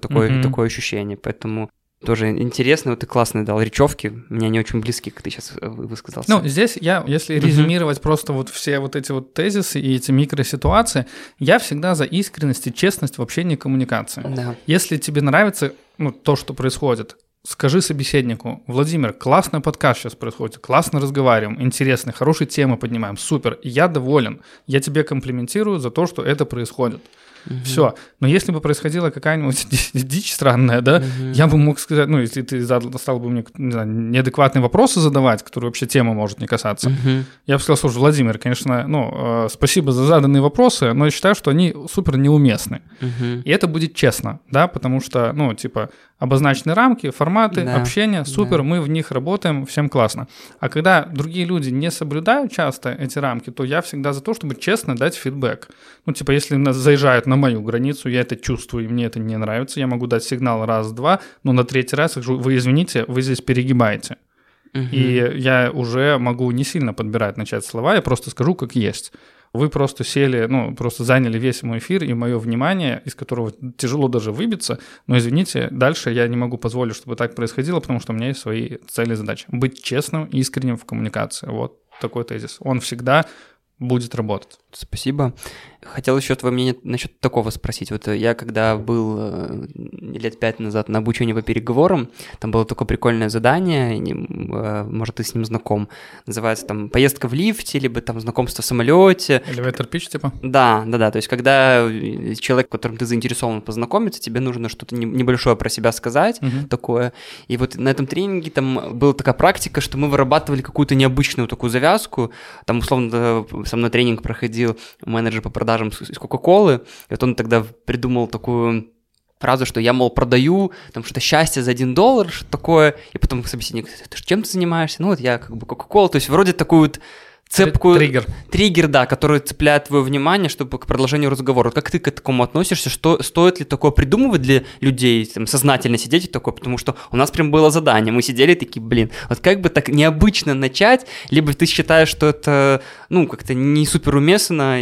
такое, mm-hmm. такое ощущение, поэтому... Тоже интересно, вот ты классно дал речевки, мне они очень близки, как ты сейчас высказался. Ну, здесь я, если резюмировать uh-huh. просто вот все вот эти вот тезисы и эти микроситуации, я всегда за искренность и честность в общении и коммуникации. Да. Если тебе нравится ну, то, что происходит, скажи собеседнику: Владимир, классный подкаст сейчас происходит, классно разговариваем, интересно, хорошие темы поднимаем, супер, я доволен, я тебе комплиментирую за то, что это происходит. Угу. Все. Но если бы происходила какая-нибудь дичь странная, да, угу. я бы мог сказать, ну, если ты стал бы мне, не знаю, неадекватные вопросы задавать, которые вообще тема может не касаться, угу. я бы сказал: слушай, Владимир, конечно, ну, э, спасибо за заданные вопросы, но я считаю, что они супер неуместны. Угу. И это будет честно, да, потому что, ну, типа, обозначены рамки, форматы, да. общения, супер, да. мы в них работаем, всем классно. А когда другие люди не соблюдают часто эти рамки, то я всегда за то, чтобы честно дать фидбэк. Ну, типа, если нас заезжают на мою границу, я это чувствую, и мне это не нравится, я могу дать сигнал раз-два, но на третий раз я скажу: вы извините, вы здесь перегибаете. Угу. И я уже могу не сильно подбирать, начать слова, я просто скажу, как есть. Вы просто сели, ну, просто заняли весь мой эфир и мое внимание, из которого тяжело даже выбиться, но, извините, дальше я не могу позволить, чтобы так происходило, потому что у меня есть свои цели и задачи. Быть честным, искренним в коммуникации. Вот такой тезис. Он всегда будет работать. Спасибо. Хотел еще твое мнение насчет такого спросить. Вот я когда был лет пять назад на обучении по переговорам, там было такое прикольное задание, может, ты с ним знаком, называется там поездка в лифте, либо там знакомство в самолете. Elevator pitch типа? Да, да, да. То есть когда человек, которым ты заинтересован познакомиться, тебе нужно что-то небольшое про себя сказать, угу. такое. И вот на этом тренинге там была такая практика, что мы вырабатывали какую-то необычную такую завязку. Там, условно, со мной тренинг проходил менеджер по продажам из Кока-Колы, и вот он тогда придумал такую фразу, что я, мол, продаю там что-то счастье за один доллар, что такое, и потом собеседник: ты чем ты занимаешься? Ну вот я как бы Кока-Кола, то есть вроде такую вот цепкую... Триггер. Триггер, да, который цепляет твое внимание, чтобы к продолжению разговора. Как ты к такому относишься? Что, стоит ли такое придумывать для людей, там, сознательно сидеть и такое? Потому что у нас прям было задание, мы сидели такие: блин, вот как бы так необычно начать, либо ты считаешь, что это, ну, как-то не супер уместно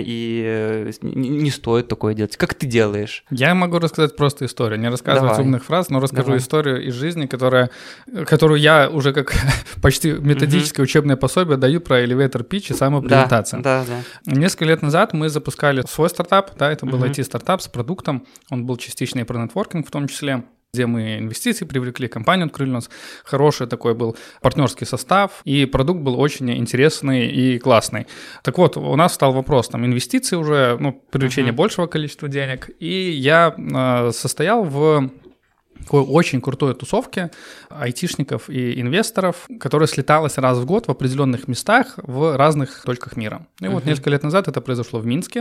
и не, не стоит такое делать. Как ты делаешь? Я могу рассказать просто историю, не рассказывать Давай. умных фраз, но расскажу Давай. историю из жизни, которая, которую я уже как почти методическое угу. учебное пособие даю про elevator pitch и самопрезентация. Да, да, да. Несколько лет назад мы запускали свой стартап, да, это был uh-huh. ай ти-стартап с продуктом, он был частично и про нетворкинг в том числе, где мы инвестиции привлекли, компанию открыли, у нас хороший такой был партнерский состав, и продукт был очень интересный и классный. Так вот, у нас стал вопрос, там, инвестиции уже, ну, привлечение uh-huh. большего количества денег, и я э, состоял в такой очень крутой тусовке айтишников и инвесторов, которая слеталась раз в год в определенных местах в разных точках мира. И uh-huh. вот несколько лет назад это произошло в Минске.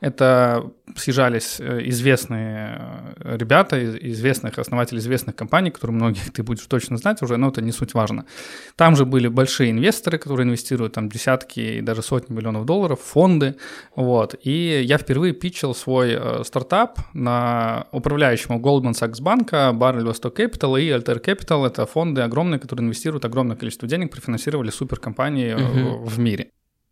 Это съезжались известные ребята, известных основатели известных компаний, которые многих ты будешь точно знать уже, но это не суть важно. Там же были большие инвесторы, которые инвестируют там десятки и даже сотни миллионов долларов, фонды. Вот. И я впервые питчил свой э, стартап на управляющему Goldman Sachs банка, Barrel Vostok Capital и Altair Capital. Это фонды огромные, которые инвестируют огромное количество денег, профинансировали суперкомпании uh-huh. в мире.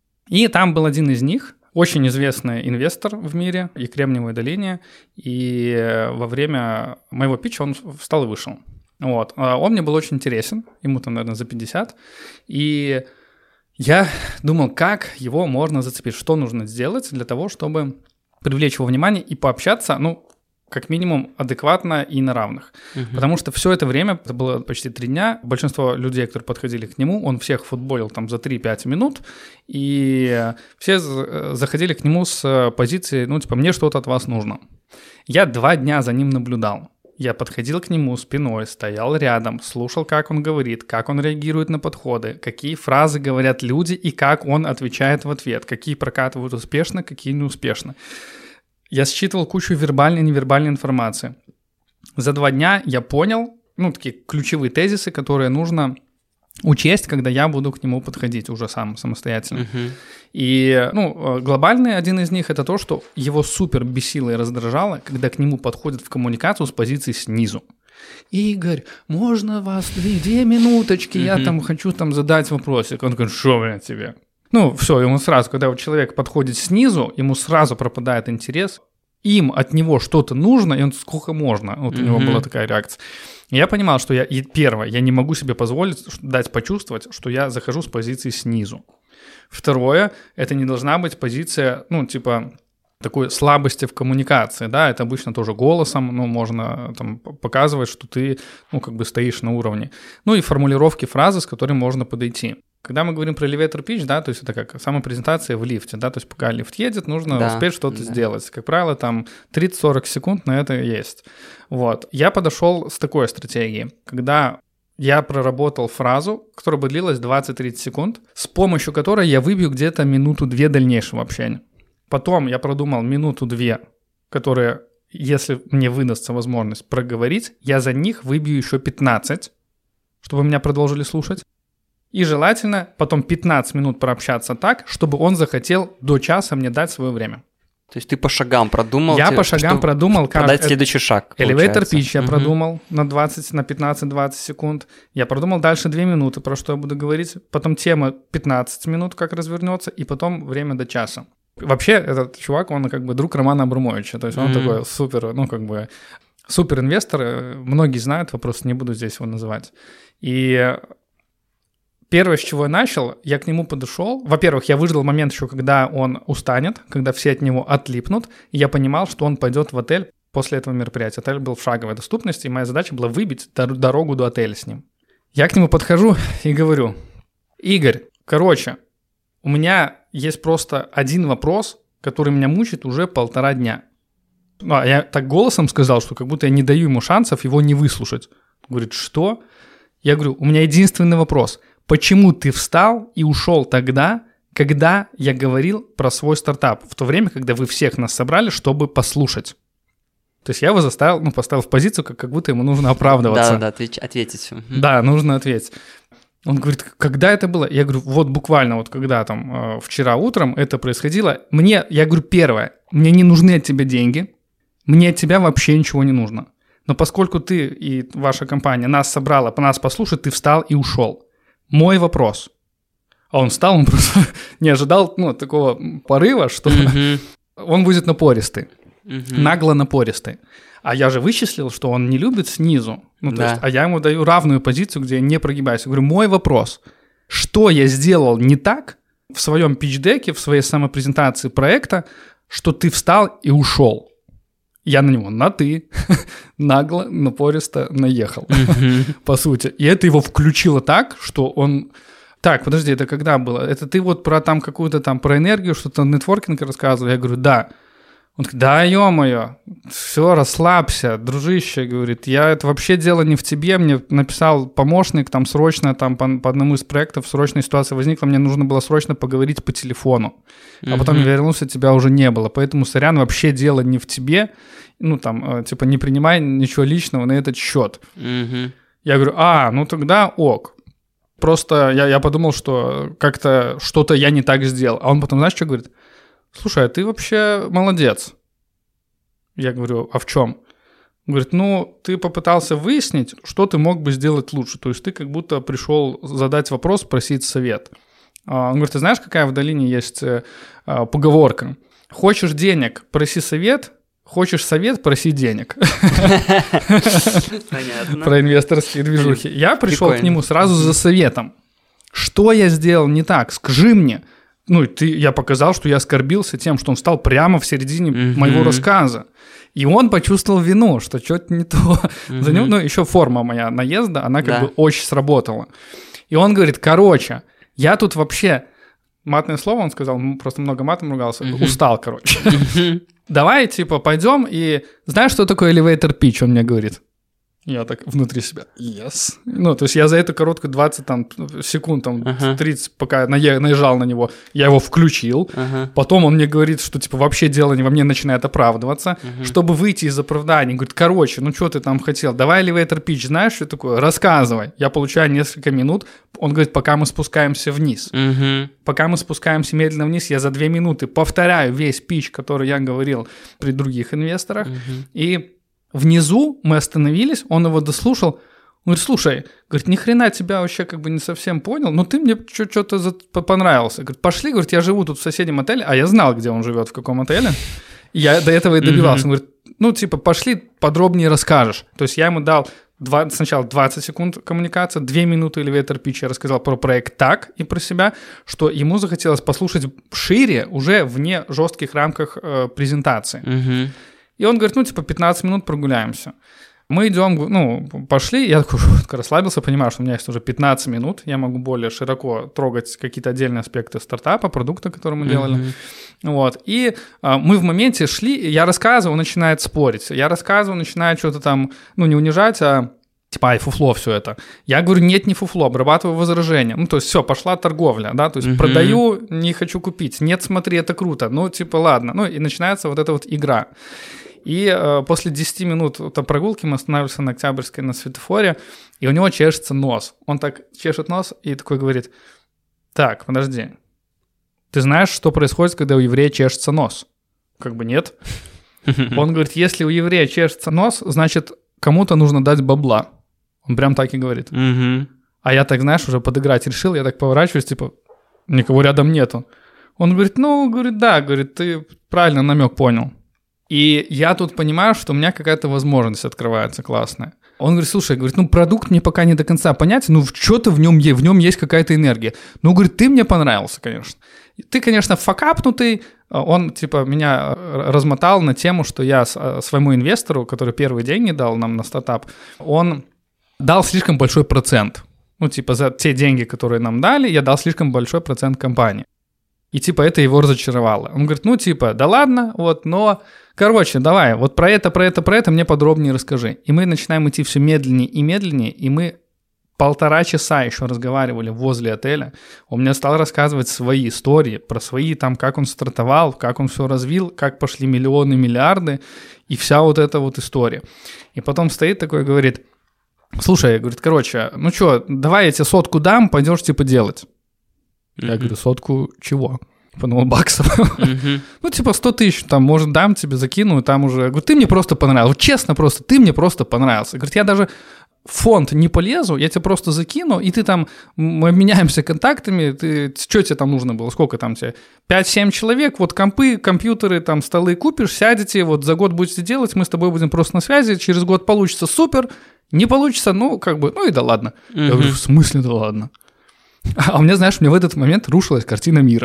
И там был один из них, очень известный инвестор в мире и Кремниевой долине, и во время моего питча он встал и вышел. Вот. Он мне был очень интересен, ему там, наверное, за пятьдесят, и я думал, как его можно зацепить, что нужно сделать для того, чтобы привлечь его внимание и пообщаться, ну, как минимум адекватно и на равных. Uh-huh. Потому что все это время, это было почти три дня, большинство людей, которые подходили к нему, он всех футболил там за три-пять минут, и все заходили к нему с позиции, ну, типа, мне что-то от вас нужно. Я два дня за ним наблюдал. Я подходил к нему спиной, стоял рядом, слушал, как он говорит, как он реагирует на подходы, какие фразы говорят люди и как он отвечает в ответ, какие прокатывают успешно, какие неуспешно. Я считывал кучу вербальной и невербальной информации. За два дня я понял, ну, такие ключевые тезисы, которые нужно учесть, когда я буду к нему подходить уже сам, самостоятельно. Uh-huh. И, ну, глобальный один из них — это то, что его супер бесило и раздражало, когда к нему подходят в коммуникацию с позиции снизу. Игорь, можно вас две, две минуточки, uh-huh. я там хочу там задать вопросик. Он говорит, что, блин, тебе? Ну, все, ему сразу, когда вот человек подходит снизу, ему сразу пропадает интерес. им от него что-то нужно, и он сколько можно. Вот mm-hmm. у него была такая реакция. И я понимал, что я, и первое, я не могу себе позволить дать почувствовать, что я захожу с позиции снизу. Второе, это не должна быть позиция, ну, типа, такой слабости в коммуникации, да, это обычно тоже голосом, ну, можно там показывать, что ты, ну, как бы стоишь на уровне. Ну, и формулировки фразы, с которыми можно подойти. Когда мы говорим про elevator pitch, да, то есть это как самопрезентация в лифте, да, то есть пока лифт едет, нужно да, успеть что-то да. сделать. Как правило, там тридцать-сорок секунд на это есть. Вот. Я подошел с такой стратегией, когда я проработал фразу, которая бы длилась двадцать-тридцать секунд, с помощью которой я выбью где-то минуту-две дальнейшего общения. Потом я продумал минуту-две, которые, если мне выдастся возможность проговорить, я за них выбью еще пятнадцать, чтобы меня продолжили слушать. И желательно потом пятнадцать минут прообщаться так, чтобы он захотел до часа мне дать свое время. То есть ты по шагам продумал? Я по шагам продумал, как... Продать следующий шаг, Elevator pitch я угу. продумал на двадцать, на пятнадцать-двадцать секунд. Я продумал дальше две минуты, про что я буду говорить. Потом тема пятнадцать минут, как развернется, и потом время до часа. Вообще, этот чувак, он как бы друг Романа Абрамовича. То есть он mm-hmm. такой супер, ну как бы супер инвестор. Многие знают, вопрос не буду здесь его называть. И первое, с чего я начал, я к нему подошел. Во-первых, я выждал момент еще, когда он устанет, когда все от него отлипнут. И я понимал, что он пойдет в отель после этого мероприятия. Отель был в шаговой доступности, и моя задача была выбить дорогу до отеля с ним. Я к нему подхожу и говорю: Игорь, короче, у меня есть просто один вопрос, который меня мучает уже полтора дня. Ну, а я так голосом сказал, что как будто я не даю ему шансов его не выслушать. Он говорит: что? Я говорю: у меня единственный вопрос. Почему ты встал и ушел тогда, когда я говорил про свой стартап? В то время, когда вы всех нас собрали, чтобы послушать. То есть я его заставил, ну, поставил в позицию, как, как будто ему нужно оправдываться. Да-да, ответить. Да, нужно ответить. Он говорит: когда это было? Я говорю: вот буквально вот когда там э, вчера утром это происходило. Мне, я говорю, первое, мне не нужны от тебя деньги, мне от тебя вообще ничего не нужно. Но поскольку ты и ваша компания нас собрала, по нас послушать, ты встал и ушел. Мой вопрос. А он встал, он просто не ожидал, ну, такого порыва, что mm-hmm. он будет напористый, mm-hmm. нагло напористый. А я же вычислил, что он не любит снизу. Ну, то да. есть, а я ему даю равную позицию, где я не прогибаюсь. Я говорю: мой вопрос. Что я сделал не так в своем питч-деке, в своей самопрезентации проекта, что ты встал и ушел? Я на него на «ты», нагло, напористо наехал, mm-hmm. по сути. И это его включило так, что он... Так, подожди, это когда было? Это ты вот про там какую-то там, про энергию, что-то нетворкинг рассказывал? Я говорю: да. Он говорит: да, ё-моё, все, расслабься, дружище, говорит, я, это вообще дело не в тебе, мне написал помощник, там срочно, там по, по одному из проектов срочная ситуация возникла, мне нужно было срочно поговорить по телефону, а потом я вернулся, тебя уже не было, поэтому, сорян, вообще дело не в тебе, ну там, типа, не принимай ничего личного на этот счет. Mm-hmm. Я говорю: а, ну тогда ок. Просто я, я подумал, что как-то что-то я не так сделал, а он потом, знаешь, что говорит? Слушай, а ты вообще молодец. Я говорю: а в чем? Он говорит: ну, ты попытался выяснить, что ты мог бы сделать лучше. То есть ты как будто пришел задать вопрос, спросить совет. Он говорит: ты знаешь, какая в долине есть поговорка? Хочешь денег, проси совет, хочешь совет, проси денег. Понятно. Про инвесторские движухи. Я пришел к нему сразу за советом. Что я сделал не так? Скажи мне. Ну, ты, я показал, что я оскорбился тем, что он встал прямо в середине mm-hmm. моего рассказа. И он почувствовал вину, что что-то не то. Mm-hmm. За него, ну, еще форма моя наезда, она как да. бы очень сработала. И он говорит: короче, я тут вообще... Матное слово он сказал, просто много матом ругался. Mm-hmm. Устал, короче. Mm-hmm. Давай, типа, пойдем и... Знаешь, что такое elevator pitch, он мне говорит? Я так внутри себя: yes. Ну, то есть я за эту короткую двадцать там, секунд, там, uh-huh. тридцать, пока наезжал на него, я его включил. Uh-huh. Потом он мне говорит, что, типа, вообще дело не во мне, начинает оправдываться. Uh-huh. Чтобы выйти из оправдания, говорит: короче, ну, что ты там хотел? Давай elevator pitch, знаешь, что такое? Рассказывай. Я получаю несколько минут. Он говорит: пока мы спускаемся вниз. Uh-huh. Пока мы спускаемся медленно вниз, я за две минуты повторяю весь питч, который я говорил при других инвесторах. Uh-huh. И... Внизу мы остановились, он его дослушал. Он говорит: слушай, говорит, ни хрена тебя вообще как бы не совсем понял, но ты мне что-то понравился. Говорит: пошли, говорит, я живу тут в соседнем отеле, а я знал, где он живет, в каком отеле. Я до этого и добивался. Он говорит, ну, типа, пошли, подробнее расскажешь. То есть я ему дал два, сначала двадцать секунд коммуникации, две минуты elevator pitch. Я рассказал про проект так и про себя, что ему захотелось послушать шире, уже вне жестких рамках э, презентации. Uh-huh. И он говорит, ну, типа, пятнадцать минут прогуляемся. Мы идем, ну, пошли, я такой расслабился, понимаю, что у меня есть уже пятнадцать минут, я могу более широко трогать какие-то отдельные аспекты стартапа, продукта, который мы делали. Mm-hmm. Вот. И а, мы в моменте шли, я рассказываю, он начинает спорить. Я рассказываю, начинает что-то там, ну, не унижать, а типа, ай, фуфло все это. Я говорю, нет, не фуфло, обрабатываю возражения. Ну, то есть все, пошла торговля, да, то есть mm-hmm. продаю, не хочу купить. Нет, смотри, это круто. Ну, типа, ладно. Ну, и начинается вот эта вот игра. И э, после десяти минут там, прогулки мы останавливаемся на Октябрьской на светофоре, и у него чешется нос. Он так чешет нос и такой говорит, так, подожди, ты знаешь, что происходит, когда у еврея чешется нос? Как бы нет. Он говорит, если у еврея чешется нос, значит, кому-то нужно дать бабла. Он прям так и говорит. А я так, знаешь, уже подыграть решил, я так поворачиваюсь, типа, никого рядом нету. Он говорит, ну, говорит, да, говорит, ты правильно намек понял. И я тут понимаю, что у меня какая-то возможность открывается классная. Он говорит, слушай, говорит, ну продукт мне пока не до конца понятен, ну что-то в нем есть, в нем есть какая-то энергия. Ну, говорит, ты мне понравился, конечно. Ты, конечно, факапнутый. Он, типа, меня размотал на тему, что я своему инвестору, который первые деньги дал нам на стартап, он дал слишком большой процент. Ну, типа, за те деньги, которые нам дали, я дал слишком большой процент компании. И, типа, это его разочаровало. Он говорит, ну, типа, да ладно, вот, но... Короче, давай, вот про это, про это, про это мне подробнее расскажи. И мы начинаем идти все медленнее и медленнее, и мы полтора часа еще разговаривали возле отеля. Он мне стал рассказывать свои истории, про свои, там, как он стартовал, как он все развил, как пошли миллионы, миллиарды, и вся вот эта вот история. И потом стоит такой и говорит, слушай, говорит, короче, ну что, давай я тебе сотку дам, пойдешь, типа, делать. Mm-hmm. Я говорю, сотку чего? Подумал, баксов. Mm-hmm. Ну, типа, сто тысяч, там, может, дам тебе, закину, там уже... Говорю, ты мне просто понравился. Вот честно просто, ты мне просто понравился. Говорит, я даже в фонд не полезу, я тебе просто закину, и ты там... Мы обменяемся контактами, ты... Что тебе там нужно было? Сколько там тебе? пять-семь человек, вот компы, компьютеры, там, столы купишь, сядете, вот за год будете делать, мы с тобой будем просто на связи, через год получится супер, не получится, ну, как бы, ну и да ладно. Mm-hmm. Я говорю, в смысле да ладно? А у меня, знаешь, мне в этот момент рушилась картина мира.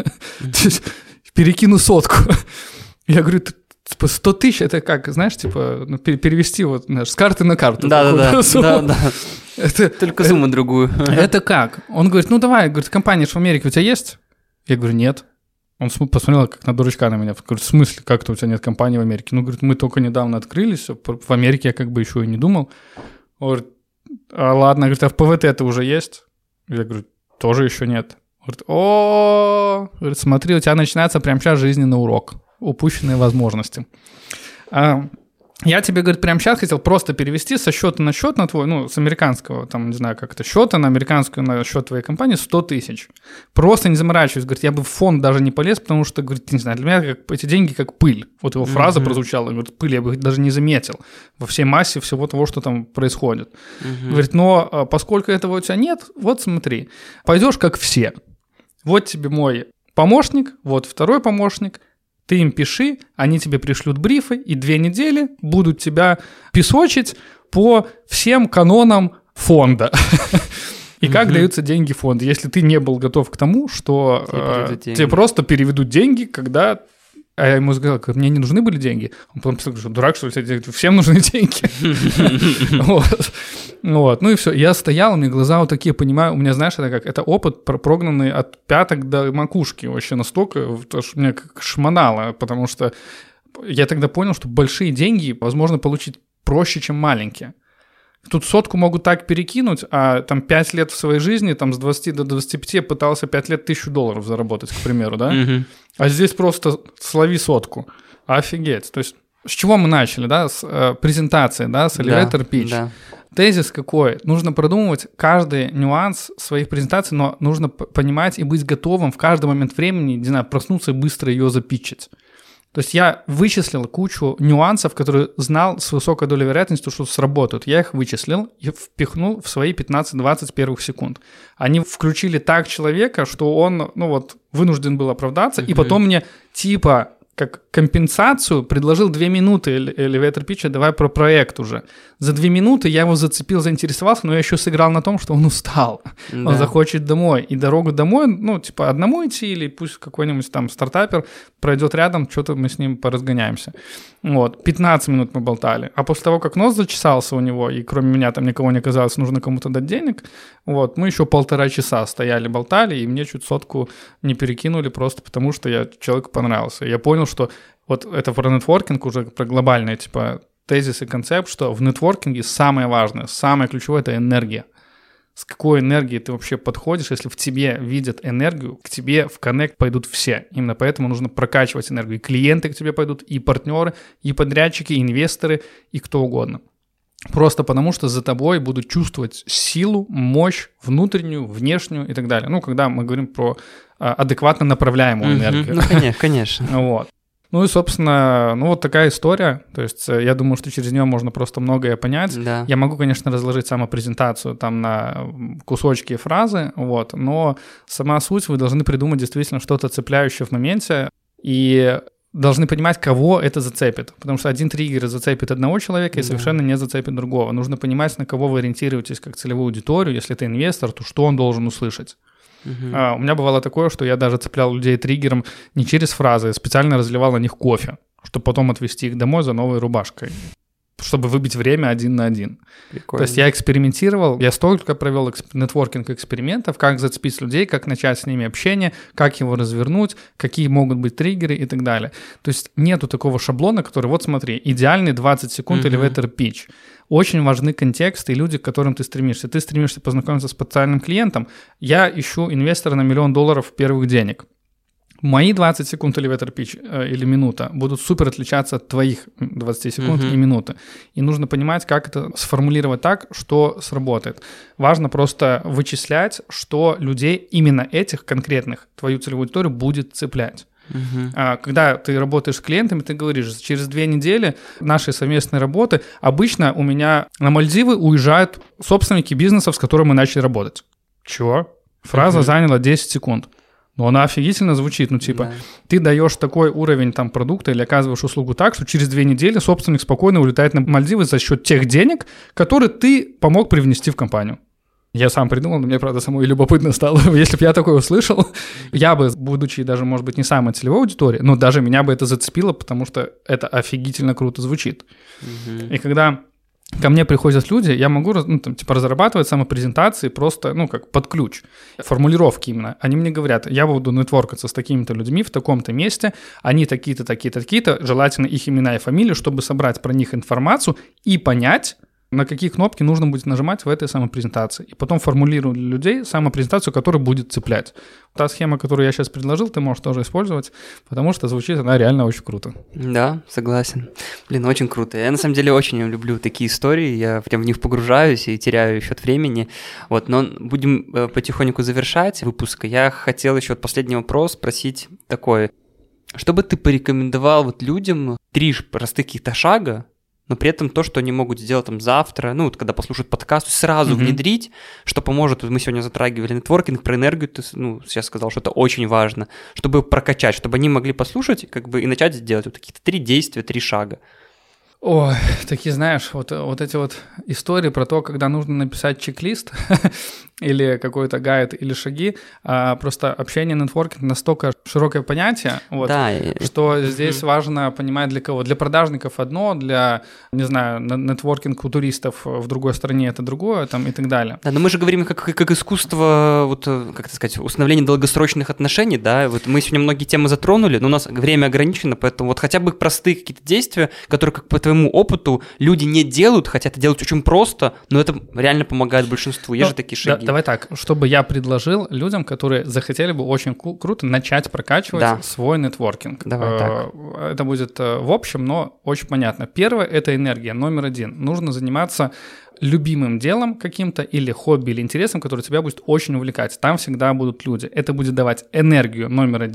Перекину сотку. Я говорю, сто тысяч, это как, знаешь, типа, ну, перевести вот, знаешь, с карты на карту. Да-да-да. Только сумму другую. Это как? Он говорит, ну давай, говорит, компания в Америке у тебя есть? Я говорю, нет. Он посмотрел как на дурачка на меня. Говорит, в смысле, как-то у тебя нет компании в Америке? Ну, говорит, мы только недавно открылись, в Америке я как бы еще и не думал. Он говорит, а, ладно, говорит, а в ПВТ это уже есть? Я говорю, тоже еще нет. Говорит, о, говорит, смотри, у тебя начинается прямо сейчас жизненный урок, упущенные возможности. А, я тебе, говорит, прямо сейчас хотел просто перевести со счета на счет на твой, ну, с американского, там, не знаю, как это, счета на американскую, на счет твоей компании сто тысяч. Просто не заморачиваюсь. Говорит, я бы в фонд даже не полез, потому что, говорит, не знаю, для меня как, эти деньги как пыль. Вот его фраза mm-hmm. прозвучала, говорит, пыль, я бы их даже не заметил во всей массе всего того, что там происходит. Mm-hmm. Говорит, но поскольку этого у тебя нет, вот смотри, пойдешь как все. Вот тебе мой помощник, вот второй помощник, ты им пиши, они тебе пришлют брифы, и две недели будут тебя песочить по всем канонам фонда. И как даются деньги в фонд, если ты не был готов к тому, что тебе просто переведут деньги, когда... А я ему сказал, мне не нужны были деньги. Он потом сказал, что дурак, что ли, всем нужны деньги. Вот, ну и все. Я стоял, у меня глаза вот такие, понимаю, у меня, знаешь, это как, это опыт, прогнанный от пяток до макушки вообще настолько, что меня как шмонало, потому что я тогда понял, что большие деньги возможно получить проще, чем маленькие. Тут сотку могут так перекинуть, а там пять лет в своей жизни, там с двадцати до двадцати пяти я пытался пять лет тысячу долларов заработать, к примеру, да? Mm-hmm. А здесь просто слови сотку. Офигеть. То есть с чего мы начали, да? С э, презентации, да? С elevator pitch. Да, да. Тезис какой? Нужно продумывать каждый нюанс своих презентаций, но нужно п- понимать и быть готовым в каждый момент времени, не знаю, проснуться и быстро ее запитчить. То есть я вычислил кучу нюансов, которые знал с высокой долей вероятности, что сработают. Я их вычислил и впихнул в свои пятнадцать-двадцать первых секунд. Они включили так человека, что он, ну вот, вынужден был оправдаться, mm-hmm. и потом мне типа, как компенсацию, предложил две минуты elevator pitch, давай про проект уже. За две минуты я его зацепил, заинтересовался, но я еще сыграл на том, что он устал. Да. Он захочет домой. И дорогу домой, ну, типа, одному идти, или пусть какой-нибудь там стартапер пройдет рядом, что-то мы с ним поразгоняемся. Вот, пятнадцать минут мы болтали. А после того, как нос зачесался у него, и кроме меня там никого не оказалось, нужно кому-то дать денег, вот, мы еще полтора часа стояли, болтали, и мне чуть сотку не перекинули просто потому, что я человеку понравился. Я понял, что вот это про нетворкинг, уже про глобальный, типа, тезис и концепт, что в нетворкинге самое важное, самое ключевое — это энергия. С какой энергией ты вообще подходишь, если в тебе видят энергию, к тебе в коннект пойдут все. Именно поэтому нужно прокачивать энергию. И клиенты к тебе пойдут, и партнеры, и подрядчики, и инвесторы, и кто угодно. Просто потому, что за тобой будут чувствовать силу, мощь внутреннюю, внешнюю и так далее. Ну, когда мы говорим про а, адекватно направляемую энергию. Ну, конечно, конечно. Вот. Ну и, собственно, ну вот такая история. То есть я думаю, что через нее можно просто многое понять. Да. Я могу, конечно, разложить самопрезентацию там на кусочки и фразы, вот, но сама суть, вы должны придумать действительно что-то цепляющее в моменте и должны понимать, кого это зацепит. Потому что один триггер зацепит одного человека и да. совершенно не зацепит другого. Нужно понимать, на кого вы ориентируетесь как целевую аудиторию. Если это инвестор, то что он должен услышать. Uh-huh. А, у меня бывало такое, что я даже цеплял людей триггером не через фразы, а специально разливал на них кофе, чтобы потом отвезти их домой за новой рубашкой, чтобы выбить время один на один. Прикольно. То есть я экспериментировал, я столько провел эксп- нетворкинг экспериментов, как зацепить людей, как начать с ними общение, как его развернуть, какие могут быть триггеры и так далее. То есть нету такого шаблона, который, вот смотри, идеальный двадцать секунд uh-huh. elevator pitch. Очень важны контексты и люди, к которым ты стремишься. Ты стремишься познакомиться с потенциальным клиентом. Я ищу инвестора на миллион долларов первых денег. Мои двадцать секунд elevator pitch э, или минута будут супер отличаться от твоих двадцати секунд uh-huh. и минуты. И нужно понимать, как это сформулировать так, что сработает. Важно просто вычислять, что людей именно этих конкретных, твою целевую аудиторию, будет цеплять. Uh-huh. Когда ты работаешь с клиентами, ты говоришь, через две недели нашей совместной работы обычно у меня на Мальдивы уезжают собственники бизнесов, с которыми мы начали работать. Чего? Фраза uh-huh. заняла десять секунд. Но она офигительно звучит, ну типа, да. ты даешь такой уровень там продукта или оказываешь услугу так, что через две недели собственник спокойно улетает на Мальдивы за счет тех денег, которые ты помог привнести в компанию. Я сам придумал, но мне, правда, самой любопытно стало. Если бы я такое услышал, я бы, будучи даже, может быть, не самой целевой аудиторией, но даже меня бы это зацепило, потому что это офигительно круто звучит. Угу. И когда ко мне приходят люди, я могу, ну, там, типа, разрабатывать самопрезентации просто, ну, как под ключ, формулировки именно. Они мне говорят, я буду нетворкаться с такими-то людьми в таком-то месте, они такие-то, такие-то, такие-то, желательно их имена и фамилии, чтобы собрать про них информацию и понять, на какие кнопки нужно будет нажимать в этой самопрезентации. И потом формулирую для людей самопрезентацию, которая будет цеплять. Та схема, которую я сейчас предложил, ты можешь тоже использовать, потому что звучит она реально очень круто. Да, согласен. Блин, очень круто. Я на самом деле очень люблю такие истории, я прям в них погружаюсь и теряю счет времени. Вот, но будем потихоньку завершать выпуск. Я хотел еще последний вопрос спросить такой. Что бы ты порекомендовал вот людям, три простых каких-то шага, но при этом то, что они могут сделать там завтра, ну, вот когда послушают подкаст, сразу mm-hmm. внедрить, что поможет, вот мы сегодня затрагивали нетворкинг, про энергию, ты, ну, сейчас сказал, что это очень важно, чтобы прокачать, чтобы они могли послушать, как бы, и начать делать вот какие-то три действия, три шага. Ой, такие, знаешь, вот, вот эти вот истории про то, когда нужно написать чек-лист или какой-то гайд или шаги, а просто общение, нетворкинг настолько широкое понятие, вот, да, что и... здесь mm-hmm. важно понимать для кого. Для продажников одно, для, не знаю, нетворкинг у туристов в другой стране это другое, там, и так далее. Да, но мы же говорим как, как искусство, вот, как это сказать, установления долгосрочных отношений, да, вот мы сегодня многие темы затронули, но у нас время ограничено, поэтому вот хотя бы простые какие-то действия, которые, как по твоему опыту, люди не делают, хотя это делать очень просто, но это реально помогает большинству. Есть ну, же такие шаги. Да, давай так, чтобы я предложил людям, которые захотели бы очень ку- круто начать прокачивать да. свой нетворкинг. Давай так. Это будет в общем, но очень понятно. Первое — это энергия, номер один. Нужно заниматься любимым делом каким-то или хобби, или интересом, который тебя будет очень увлекать. Там всегда будут люди. Это будет давать энергию номер один.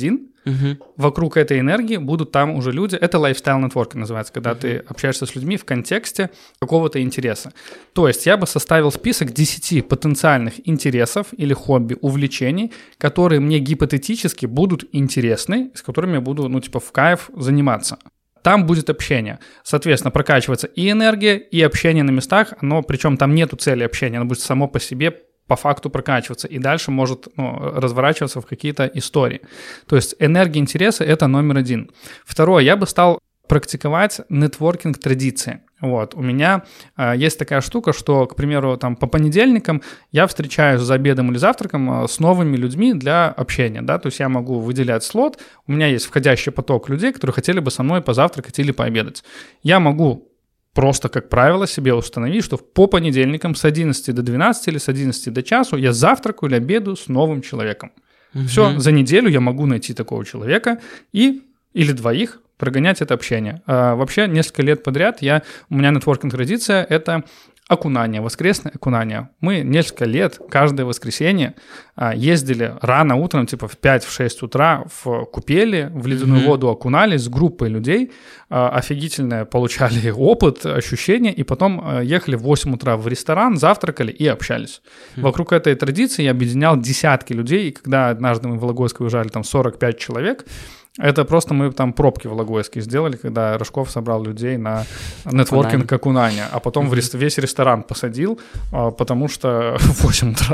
Угу. Вокруг этой энергии будут там уже люди. Это лайфстайл нетворкинг называется, когда угу. ты общаешься с людьми в контексте какого-то интереса. То есть я бы составил список десяти потенциальных интересов или хобби, увлечений, которые мне гипотетически будут интересны, с которыми я буду, ну, типа, в кайф заниматься. Там будет общение. Соответственно, прокачивается и энергия, и общение на местах, но причем там нету цели общения, оно будет само по себе по факту прокачиваться и дальше может, ну, разворачиваться в какие-то истории. То есть энергия интереса — это номер один. Второе, я бы стал практиковать нетворкинг-традиции. Вот. У меня э, есть такая штука, что, к примеру, там, по понедельникам я встречаюсь за обедом или завтраком э, с новыми людьми для общения, да, то есть я могу выделять слот, у меня есть входящий поток людей, которые хотели бы со мной позавтракать или пообедать. Я могу просто, как правило, себе установить, что по понедельникам с одиннадцати до двенадцати или с одиннадцати до часу я завтракаю или обедаю с новым человеком. Угу. Все, за неделю я могу найти такого человека и или двоих прогонять это общение. А вообще несколько лет подряд я, у меня нетворкинг-традиция — это окунание, воскресное окунание. Мы несколько лет, каждое воскресенье ездили рано утром, типа в пять-шесть утра в купели, в ледяную mm-hmm. воду окунались с группой людей, офигительно получали опыт, ощущения, и потом ехали в восемь утра в ресторан, завтракали и общались. Mm-hmm. Вокруг этой традиции я объединял десятки людей, и когда однажды мы в Логойск уезжали, там сорок пять человек, это просто мы там пробки в Логойске сделали, когда Рожков собрал людей на нетворкинг окунания, а потом mm-hmm. весь ресторан посадил, потому что в восемь утра.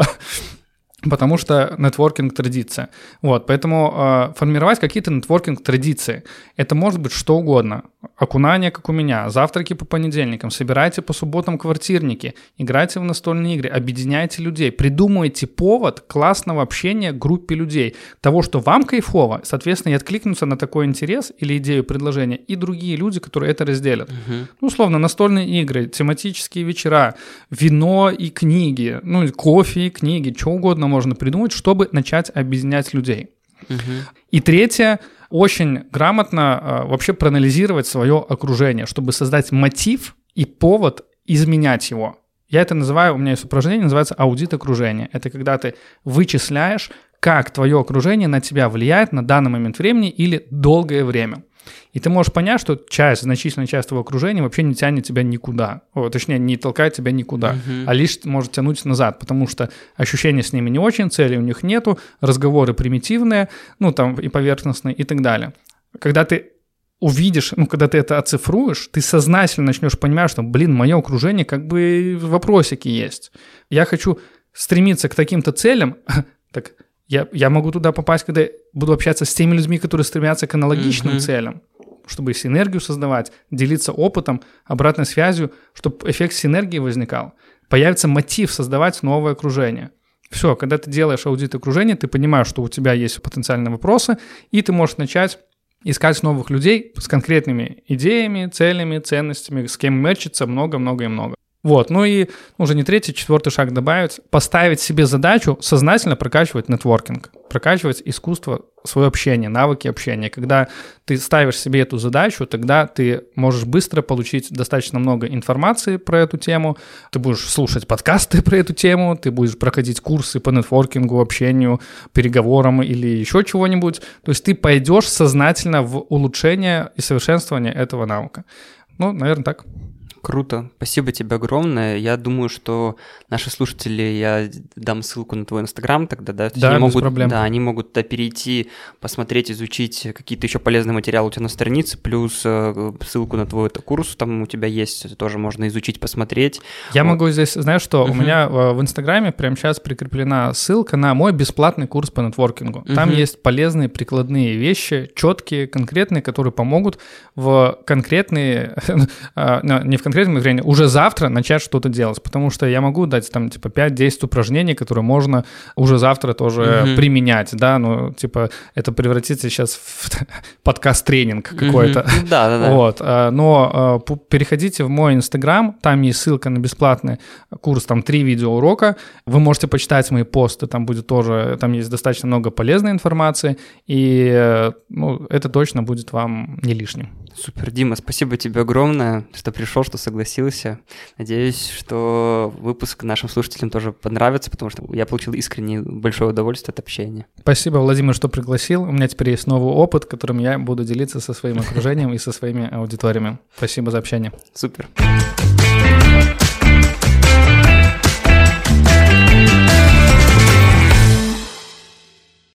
Потому что нетворкинг традиция. Вот, поэтому э, формировать какие-то нетворкинг традиции. Это может быть что угодно. Окунание, как у меня, завтраки по понедельникам, собирайте по субботам квартирники, играйте в настольные игры, объединяйте людей, придумайте повод классного общения группе людей, того, что вам кайфово, соответственно, и откликнутся на такой интерес или идею предложения, и другие люди, которые это разделят. Uh-huh. Ну, условно, настольные игры, тематические вечера, вино и книги, ну, кофе и книги, что угодно можно придумать, чтобы начать объединять людей. Uh-huh. И третье, очень грамотно э, вообще проанализировать свое окружение, чтобы создать мотив и повод изменять его. Я это называю, у меня есть упражнение, называется аудит окружения. Это когда ты вычисляешь, как твое окружение на тебя влияет на данный момент времени или долгое время. И ты можешь понять, что часть, значительная часть твоего окружения вообще не тянет тебя никуда. О, точнее, не толкает тебя никуда, uh-huh. а лишь может тянуть назад, потому что ощущения с ними не очень, цели у них нету, разговоры примитивные, ну там и поверхностные и так далее. Когда ты увидишь, ну когда ты это оцифруешь, ты сознательно начнешь понимать, что, блин, мое окружение как бы вопросики есть. Я хочу стремиться к таким-то целям, так... Я, я могу туда попасть, когда буду общаться с теми людьми, которые стремятся к аналогичным mm-hmm. целям, чтобы синергию создавать, делиться опытом, обратной связью, чтобы эффект синергии возникал. Появится мотив создавать новое окружение. Все, когда ты делаешь аудит окружения, ты понимаешь, что у тебя есть потенциальные вопросы, и ты можешь начать искать новых людей с конкретными идеями, целями, ценностями, с кем мэчиться много-много и много. Вот, ну и уже не третий, четвертый шаг добавить, поставить себе задачу сознательно прокачивать нетворкинг, прокачивать искусство, свое общение, навыки общения. Когда ты ставишь себе эту задачу, тогда ты можешь быстро получить достаточно много информации про эту тему, ты будешь слушать подкасты про эту тему, ты будешь проходить курсы по нетворкингу, общению, переговорам или еще чего-нибудь. То есть ты пойдешь сознательно в улучшение и совершенствование этого навыка. Ну, наверное, так. Круто. Спасибо тебе огромное. Я думаю, что наши слушатели, я дам ссылку на твой Инстаграм тогда, да? Да, они без могут, проблем. Да, они могут туда перейти, посмотреть, изучить какие-то еще полезные материалы у тебя на странице, плюс э, ссылку на твой курс там у тебя есть, тоже можно изучить, посмотреть. Я вот. могу здесь, знаешь что, uh-huh. у меня в Инстаграме прямо сейчас прикреплена ссылка на мой бесплатный курс по нетворкингу. Uh-huh. Там есть полезные прикладные вещи, четкие, конкретные, которые помогут в конкретные, не в конкретные, уже завтра начать что-то делать, потому что я могу дать там типа пять-десять упражнений, которые можно уже завтра тоже mm-hmm. применять, да, ну типа это превратится сейчас в подкаст-тренинг какой-то. Mm-hmm. Да, да, да. Вот, но переходите в мой Инстаграм, там есть ссылка на бесплатный курс, там три видеоурока, вы можете почитать мои посты, там будет тоже, там есть достаточно много полезной информации, и ну, это точно будет вам не лишним. Супер, Дима, спасибо тебе огромное, что пришел, что согласился. Надеюсь, что выпуск нашим слушателям тоже понравится, потому что я получил искренне большое удовольствие от общения. Спасибо, Владимир, что пригласил. У меня теперь есть новый опыт, которым я буду делиться со своим окружением и со своими аудиториями. Спасибо за общение. Супер.